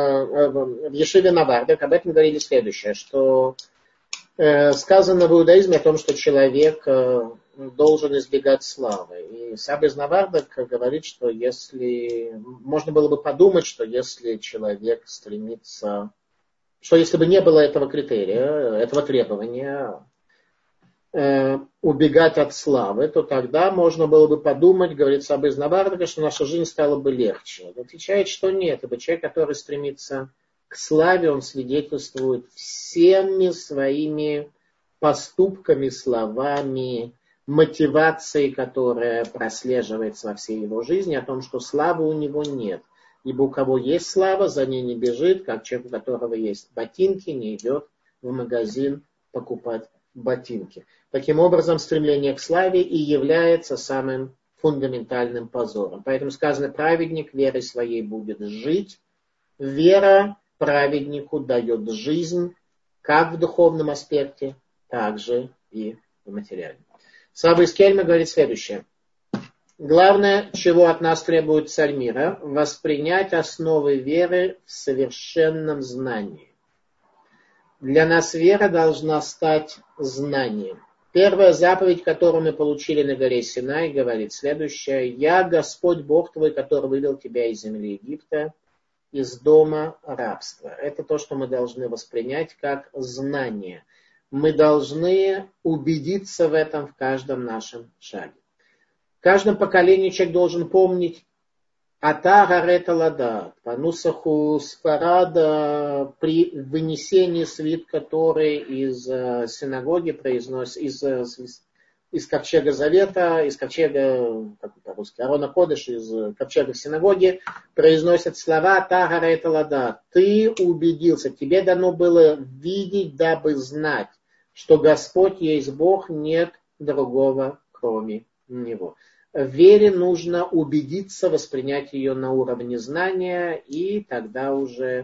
в Ешиве Наварда об этом говорили следующее, что сказано в иудаизме о том, что человек должен избегать славы. И Саба из Наварда говорит, что если... Можно было бы подумать, что если человек стремится... Что если бы не было этого критерия, этого требования, э, убегать от славы, то тогда можно было бы подумать, говорит Саба из Наварда, что наша жизнь стала бы легче. Он отвечает, что нет. Ибо человек, который стремится к славе, он свидетельствует всеми своими поступками, словами, мотивацией, которая прослеживается во всей его жизни, о том, что славы у него нет. Ибо у кого есть слава, за ней не бежит, как человек, у которого есть ботинки, не идет в магазин покупать ботинки. Таким образом, стремление к славе и является самым фундаментальным позором. Поэтому сказано, праведник верой своей будет жить. Вера праведнику дает жизнь, как в духовном аспекте, так же и в материальном. Саба из Кельма говорит следующее. Главное, чего от нас требует царь мира, воспринять основы веры в совершенном знании. Для нас вера должна стать знанием. Первая заповедь, которую мы получили на горе Синай, говорит следующее. «Я Господь Бог твой, который вывел тебя из земли Египта, из дома рабства». Это то, что мы должны воспринять как знание. Мы должны убедиться в этом в каждом нашем шаге. В каждом поколении человек должен помнить Ата гарета ладат, по нусаху Сфарада, при вынесении свитка Торы из синагоги, произносит, из, из ковчега Завета, из ковчега, как по-русски, Арона Кодыш, из ковчега синагоги, произносят слова Ата гарета ладат. Ты убедился, тебе дано было видеть, дабы знать, что Господь есть Бог, нет другого, кроме Него. В вере нужно убедиться, воспринять ее на уровне знания, и тогда уже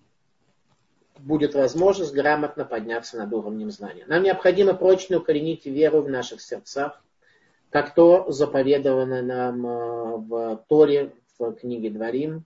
будет возможность грамотно подняться над уровнем знания. Нам необходимо прочно укоренить веру в наших сердцах, как то заповедовано нам в Торе, в книге Дворим.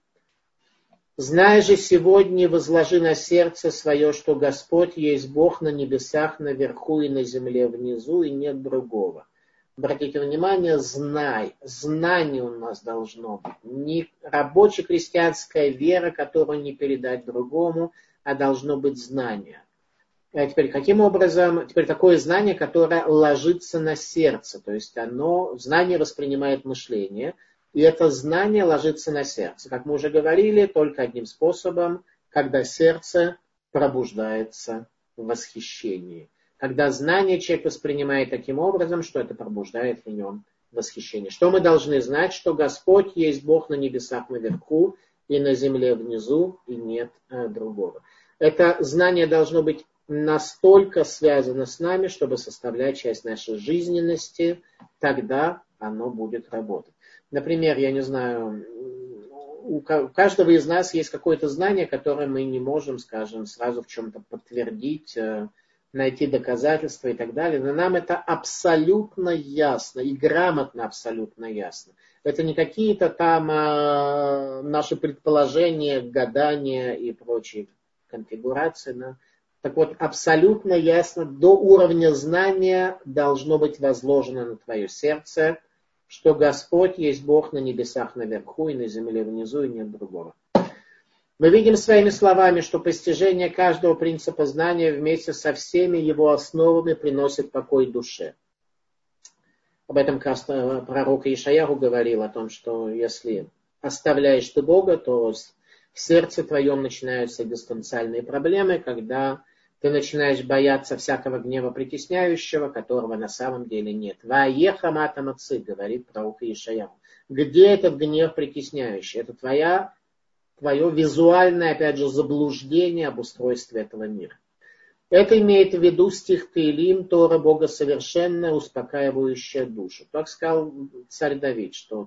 «Знай же сегодня, возложи на сердце свое, что Господь есть Бог на небесах наверху и на земле внизу, и нет другого». Обратите внимание, знай, знание у нас должно быть. Не рабоче-крестьянская вера, которую не передать другому, а должно быть знание. А теперь, каким образом, теперь такое знание, которое ложится на сердце, то есть оно, знание воспринимает мышление, и это знание ложится на сердце. Как мы уже говорили, только одним способом, когда сердце пробуждается в восхищении. Когда знание человек воспринимает таким образом, что это пробуждает в нем восхищение. Что мы должны знать? Что Господь есть Бог на небесах наверху и на земле внизу, и нет э, другого. Это знание должно быть настолько связано с нами, чтобы составлять часть нашей жизненности, тогда оно будет работать. Например, я не знаю, у каждого из нас есть какое-то знание, которое мы не можем, скажем, сразу в чем-то подтвердить, найти доказательства и так далее. Но нам это абсолютно ясно и грамотно абсолютно ясно. Это не какие-то там а, наши предположения, гадания и прочие конфигурации. Да? Так вот, абсолютно ясно, до уровня знания должно быть возложено на твое сердце, что Господь есть Бог на небесах наверху и на земле внизу, и нет другого. Мы видим своими словами, что постижение каждого принципа знания вместе со всеми его основами приносит покой душе. Об этом как раз пророк Ишаяху говорил, о том, что если оставляешь ты Бога, то в сердце твоем начинаются экзистенциальные проблемы, когда ты начинаешь бояться всякого гнева притесняющего, которого на самом деле нет. Ваеха матамаци, говорит пророк Ишаяху. Где этот гнев притесняющий? Это твоя, твое визуальное, опять же, заблуждение об устройстве этого мира. Это имеет в виду стих Теилим, Тора Бога совершенная, успокаивающая душу. Так сказал царь Давид, что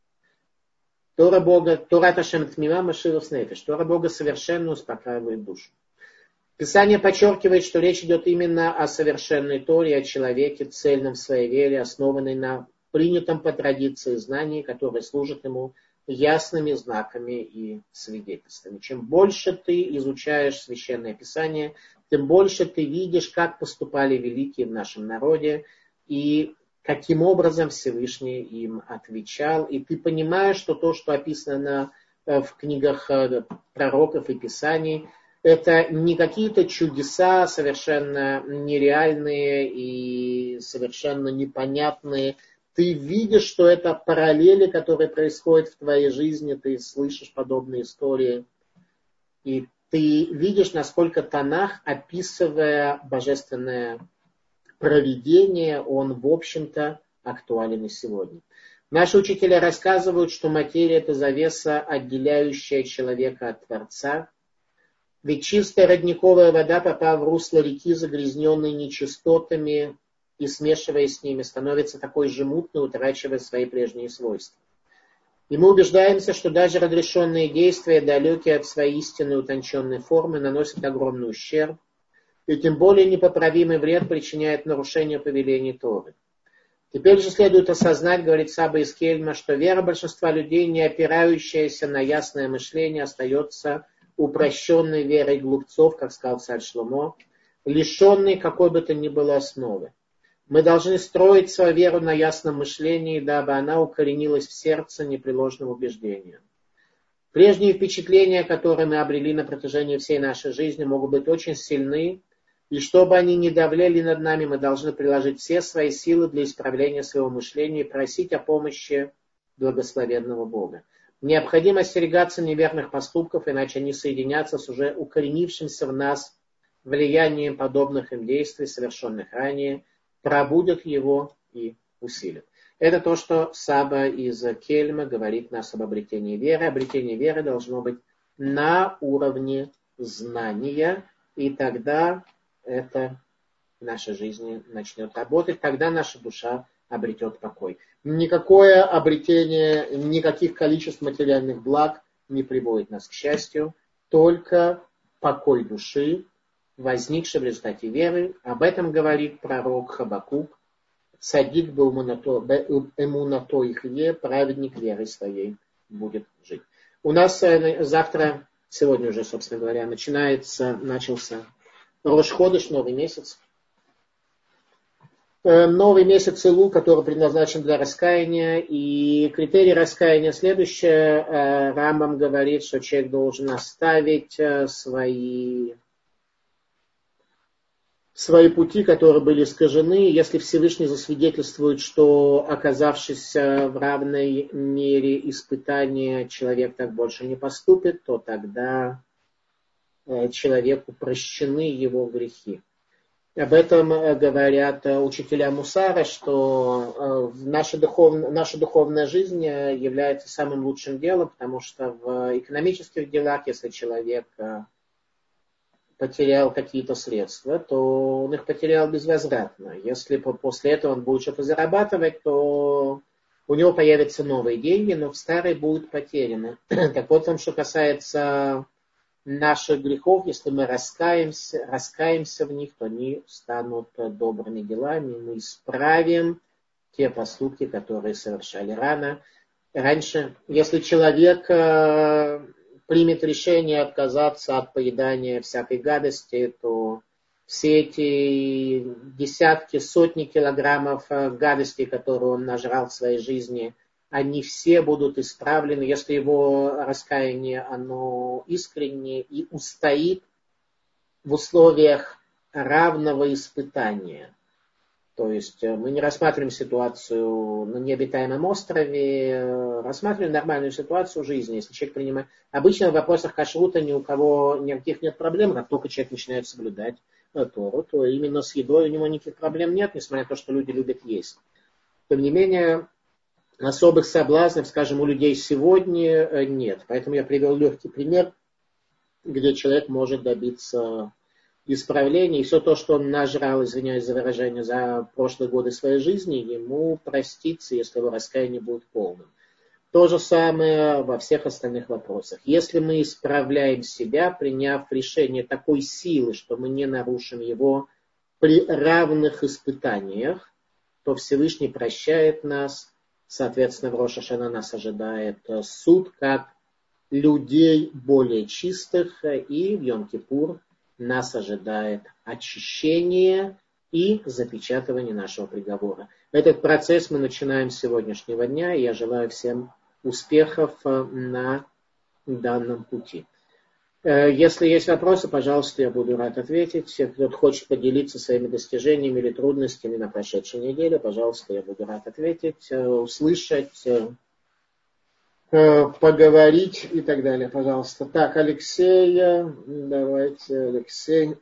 Тора Бога, Тора Ташем Тмима Маширус Нефиш, Тора Бога совершенно успокаивает душу. Писание подчеркивает, что речь идет именно о совершенной Торе, о человеке, цельном в своей вере, основанной на принятом по традиции знании, которое служит ему ясными знаками и свидетельствами. Чем больше ты изучаешь Священное Писание, тем больше ты видишь, как поступали великие в нашем народе и каким образом Всевышний им отвечал. И ты понимаешь, что то, что описано в книгах пророков и Писаний, это не какие-то чудеса совершенно нереальные и совершенно непонятные. Ты видишь, что это параллели, которые происходят в твоей жизни, ты слышишь подобные истории. И ты видишь, насколько Танах, описывая божественное провидение, он, в общем-то, актуален и сегодня. Наши учителя рассказывают, что материя – это завеса, отделяющая человека от Творца. Ведь чистая родниковая вода, попав в русло реки, загрязненной нечистотами и смешиваясь с ними, становится такой же мутной, утрачивая свои прежние свойства. И мы убеждаемся, что даже разрешенные действия, далекие от своей истинной утонченной формы, наносят огромный ущерб, и тем более непоправимый вред причиняет нарушение повелений Торы. Теперь же следует осознать, говорит Саба из Кельма, что вера большинства людей, не опирающаяся на ясное мышление, остается упрощенной верой глупцов, как сказал царь Шломо, лишенной какой бы то ни было основы. Мы должны строить свою веру на ясном мышлении, дабы она укоренилась в сердце непреложным убеждением. Прежние впечатления, которые мы обрели на протяжении всей нашей жизни, могут быть очень сильны, и чтобы они не давлели над нами, мы должны приложить все свои силы для исправления своего мышления и просить о помощи благословенного Бога. Необходимо остерегаться неверных поступков, иначе они соединятся с уже укоренившимся в нас влиянием подобных им действий, совершенных ранее, пробудят его и усилят. Это то, что Саба из Кельма говорит нас об обретении веры. Обретение веры должно быть на уровне знания, и тогда это в нашей жизни начнет работать, тогда наша душа обретет покой. Никакое обретение, никаких количеств материальных благ не приводит нас к счастью, только покой души, возникший в результате веры. Об этом говорит пророк Хабакук. Садик был эмунато ихе, праведник верой своей будет жить. У нас завтра, сегодня уже, собственно говоря, начинается, начался Рош Ходеш, новый месяц. Новый месяц Илул, который предназначен для раскаяния. И критерий раскаяния следующее. Рамбам говорит, что человек должен оставить свои, свои пути, которые были искажены. Если Всевышний засвидетельствует, что, оказавшись в равной мере испытания, человек так больше не поступит, то тогда человеку прощены его грехи. Об этом говорят учителя Мусара, что наша духовная, наша духовная жизнь является самым лучшим делом, потому что в экономических делах, если человек потерял какие-то средства, то он их потерял безвозвратно. Если после этого он будет что-то зарабатывать, то у него появятся новые деньги, но в старые будут потеряны. Так вот, что касается наших грехов, если мы раскаемся, раскаемся в них, то они станут добрыми делами, мы исправим те поступки, которые совершали рано. Раньше, если человек э, примет решение отказаться от поедания всякой гадости, то все эти десятки, сотни килограммов гадостей, которые он нажрал в своей жизни, они все будут исправлены, если его раскаяние, оно искреннее и устоит в условиях равного испытания. То есть мы не рассматриваем ситуацию на необитаемом острове, рассматриваем нормальную ситуацию жизни. Если человек принимает... Обычно в вопросах кашрута ни у кого никаких нет проблем, как только человек начинает соблюдать Тору, то именно с едой у него никаких проблем нет, несмотря на то, что люди любят есть. Тем не менее, особых соблазнов, скажем, у людей сегодня нет. Поэтому я привел легкий пример, где человек может добиться исправления. И все то, что он нажрал, извиняюсь за выражение, за прошлые годы своей жизни, ему простится, если его раскаяние будет полным. То же самое во всех остальных вопросах. Если мы исправляем себя, приняв решение такой силы, что мы не нарушим его при равных испытаниях, то Всевышний прощает нас. Соответственно, в Рош ха-Шана нас ожидает суд как людей более чистых, и в Йом-Кипур нас ожидает очищение и запечатывание нашего приговора. Этот процесс мы начинаем с сегодняшнего дня, и я желаю всем успехов на данном пути. Если есть вопросы, пожалуйста, я буду рад ответить. Кто-то хочет поделиться своими достижениями или трудностями на прошедшей неделе, пожалуйста, я буду рад ответить, услышать, поговорить и так далее. Пожалуйста. Так, Алексей, давайте, Алексей.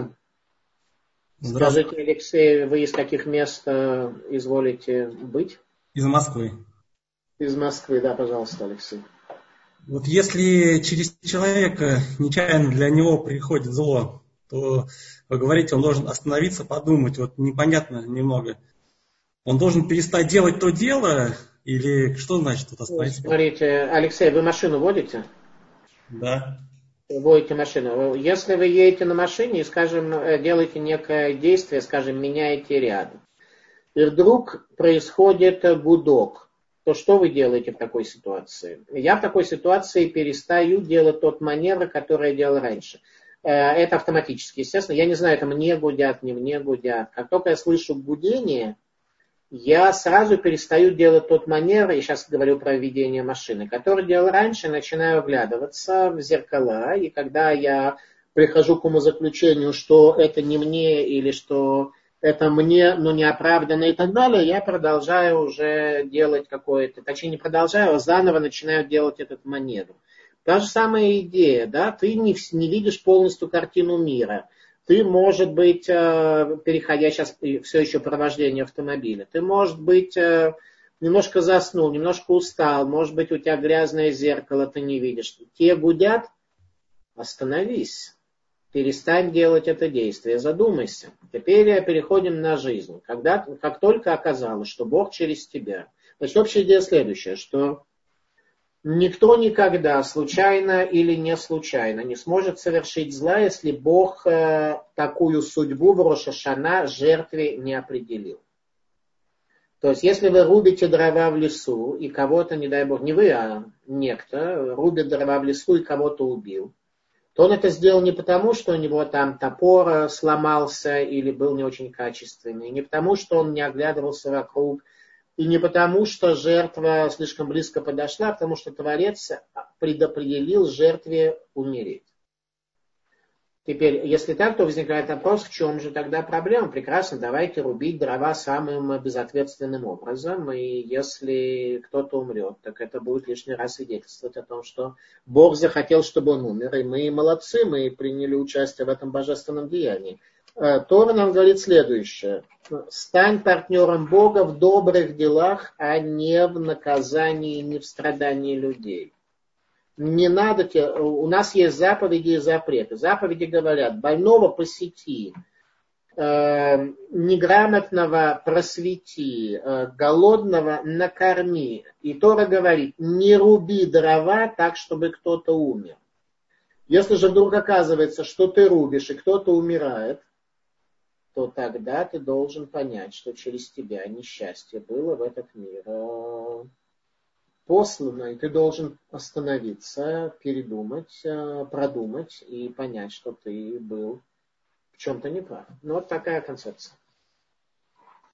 Скажите, Алексей, вы из каких мест изволите быть? Из Москвы. Из Москвы, да, пожалуйста, Алексей. Вот если через человека нечаянно для него приходит зло, то, вы говорите, он должен остановиться, подумать, вот непонятно немного. Он должен перестать делать то дело, или что значит тут остановиться? Смотрите, Алексей, вы машину водите? Да. Водите машину. Если вы едете на машине и, скажем, делаете некое действие, скажем, меняете ряд, и вдруг происходит гудок, то что вы делаете в такой ситуации? Я в такой ситуации перестаю делать тот маневр, который я делал раньше. Это автоматически, естественно. Я не знаю, это мне гудят, не мне гудят. Как только я слышу гудение, я сразу перестаю делать тот маневр, я сейчас говорю про ведение машины, который делал раньше, начинаю оглядываться в зеркала, и когда я прихожу к умозаключению, что это не мне, или что это мне, но неоправданно и так далее, я продолжаю уже делать какое-то, точнее не продолжаю, а заново начинаю делать этот маневр. Та же самая идея, да, ты не, не видишь полностью картину мира. Ты, может быть, переходя сейчас все еще про вождение автомобиля, ты, может быть, немножко заснул, немножко устал, может быть, у тебя грязное зеркало, ты не видишь. Те гудят, остановись. Перестань делать это действие, задумайся. Теперь переходим на жизнь. Когда, как только оказалось, что Бог через тебя. Значит, общая идея следующая, что никто никогда, случайно или не случайно, не сможет совершить зла, если Бог э, такую судьбу в Рош ха-Шана жертве не определил. То есть, если вы рубите дрова в лесу, и кого-то, не дай Бог, не вы, а некто, рубит дрова в лесу и кого-то убил, то он это сделал не потому, что у него там топор сломался или был не очень качественный, не потому, что он не оглядывался вокруг, и не потому, что жертва слишком близко подошла, а потому что Творец предопределил жертве умереть. Теперь, если так, то возникает вопрос, в чем же тогда проблема? Прекрасно, давайте рубить дрова самым безответственным образом. И если кто-то умрет, так это будет лишний раз свидетельствовать о том, что Бог захотел, чтобы он умер. И мы молодцы, мы приняли участие в этом божественном деянии. Тора нам говорит следующее. Стань партнером Бога в добрых делах, а не в наказании, не в страдании людей. Не надо тебе, у нас есть заповеди и запреты. Заповеди говорят, больного посети, э, неграмотного просвети, э, голодного накорми. И Тора говорит, не руби дрова так, чтобы кто-то умер. Если же вдруг оказывается, что ты рубишь и кто-то умирает, то тогда ты должен понять, что через тебя несчастье было в этот мир послано, и ты должен остановиться, передумать, продумать и понять, что ты был в чем-то неправ. Ну, вот такая концепция.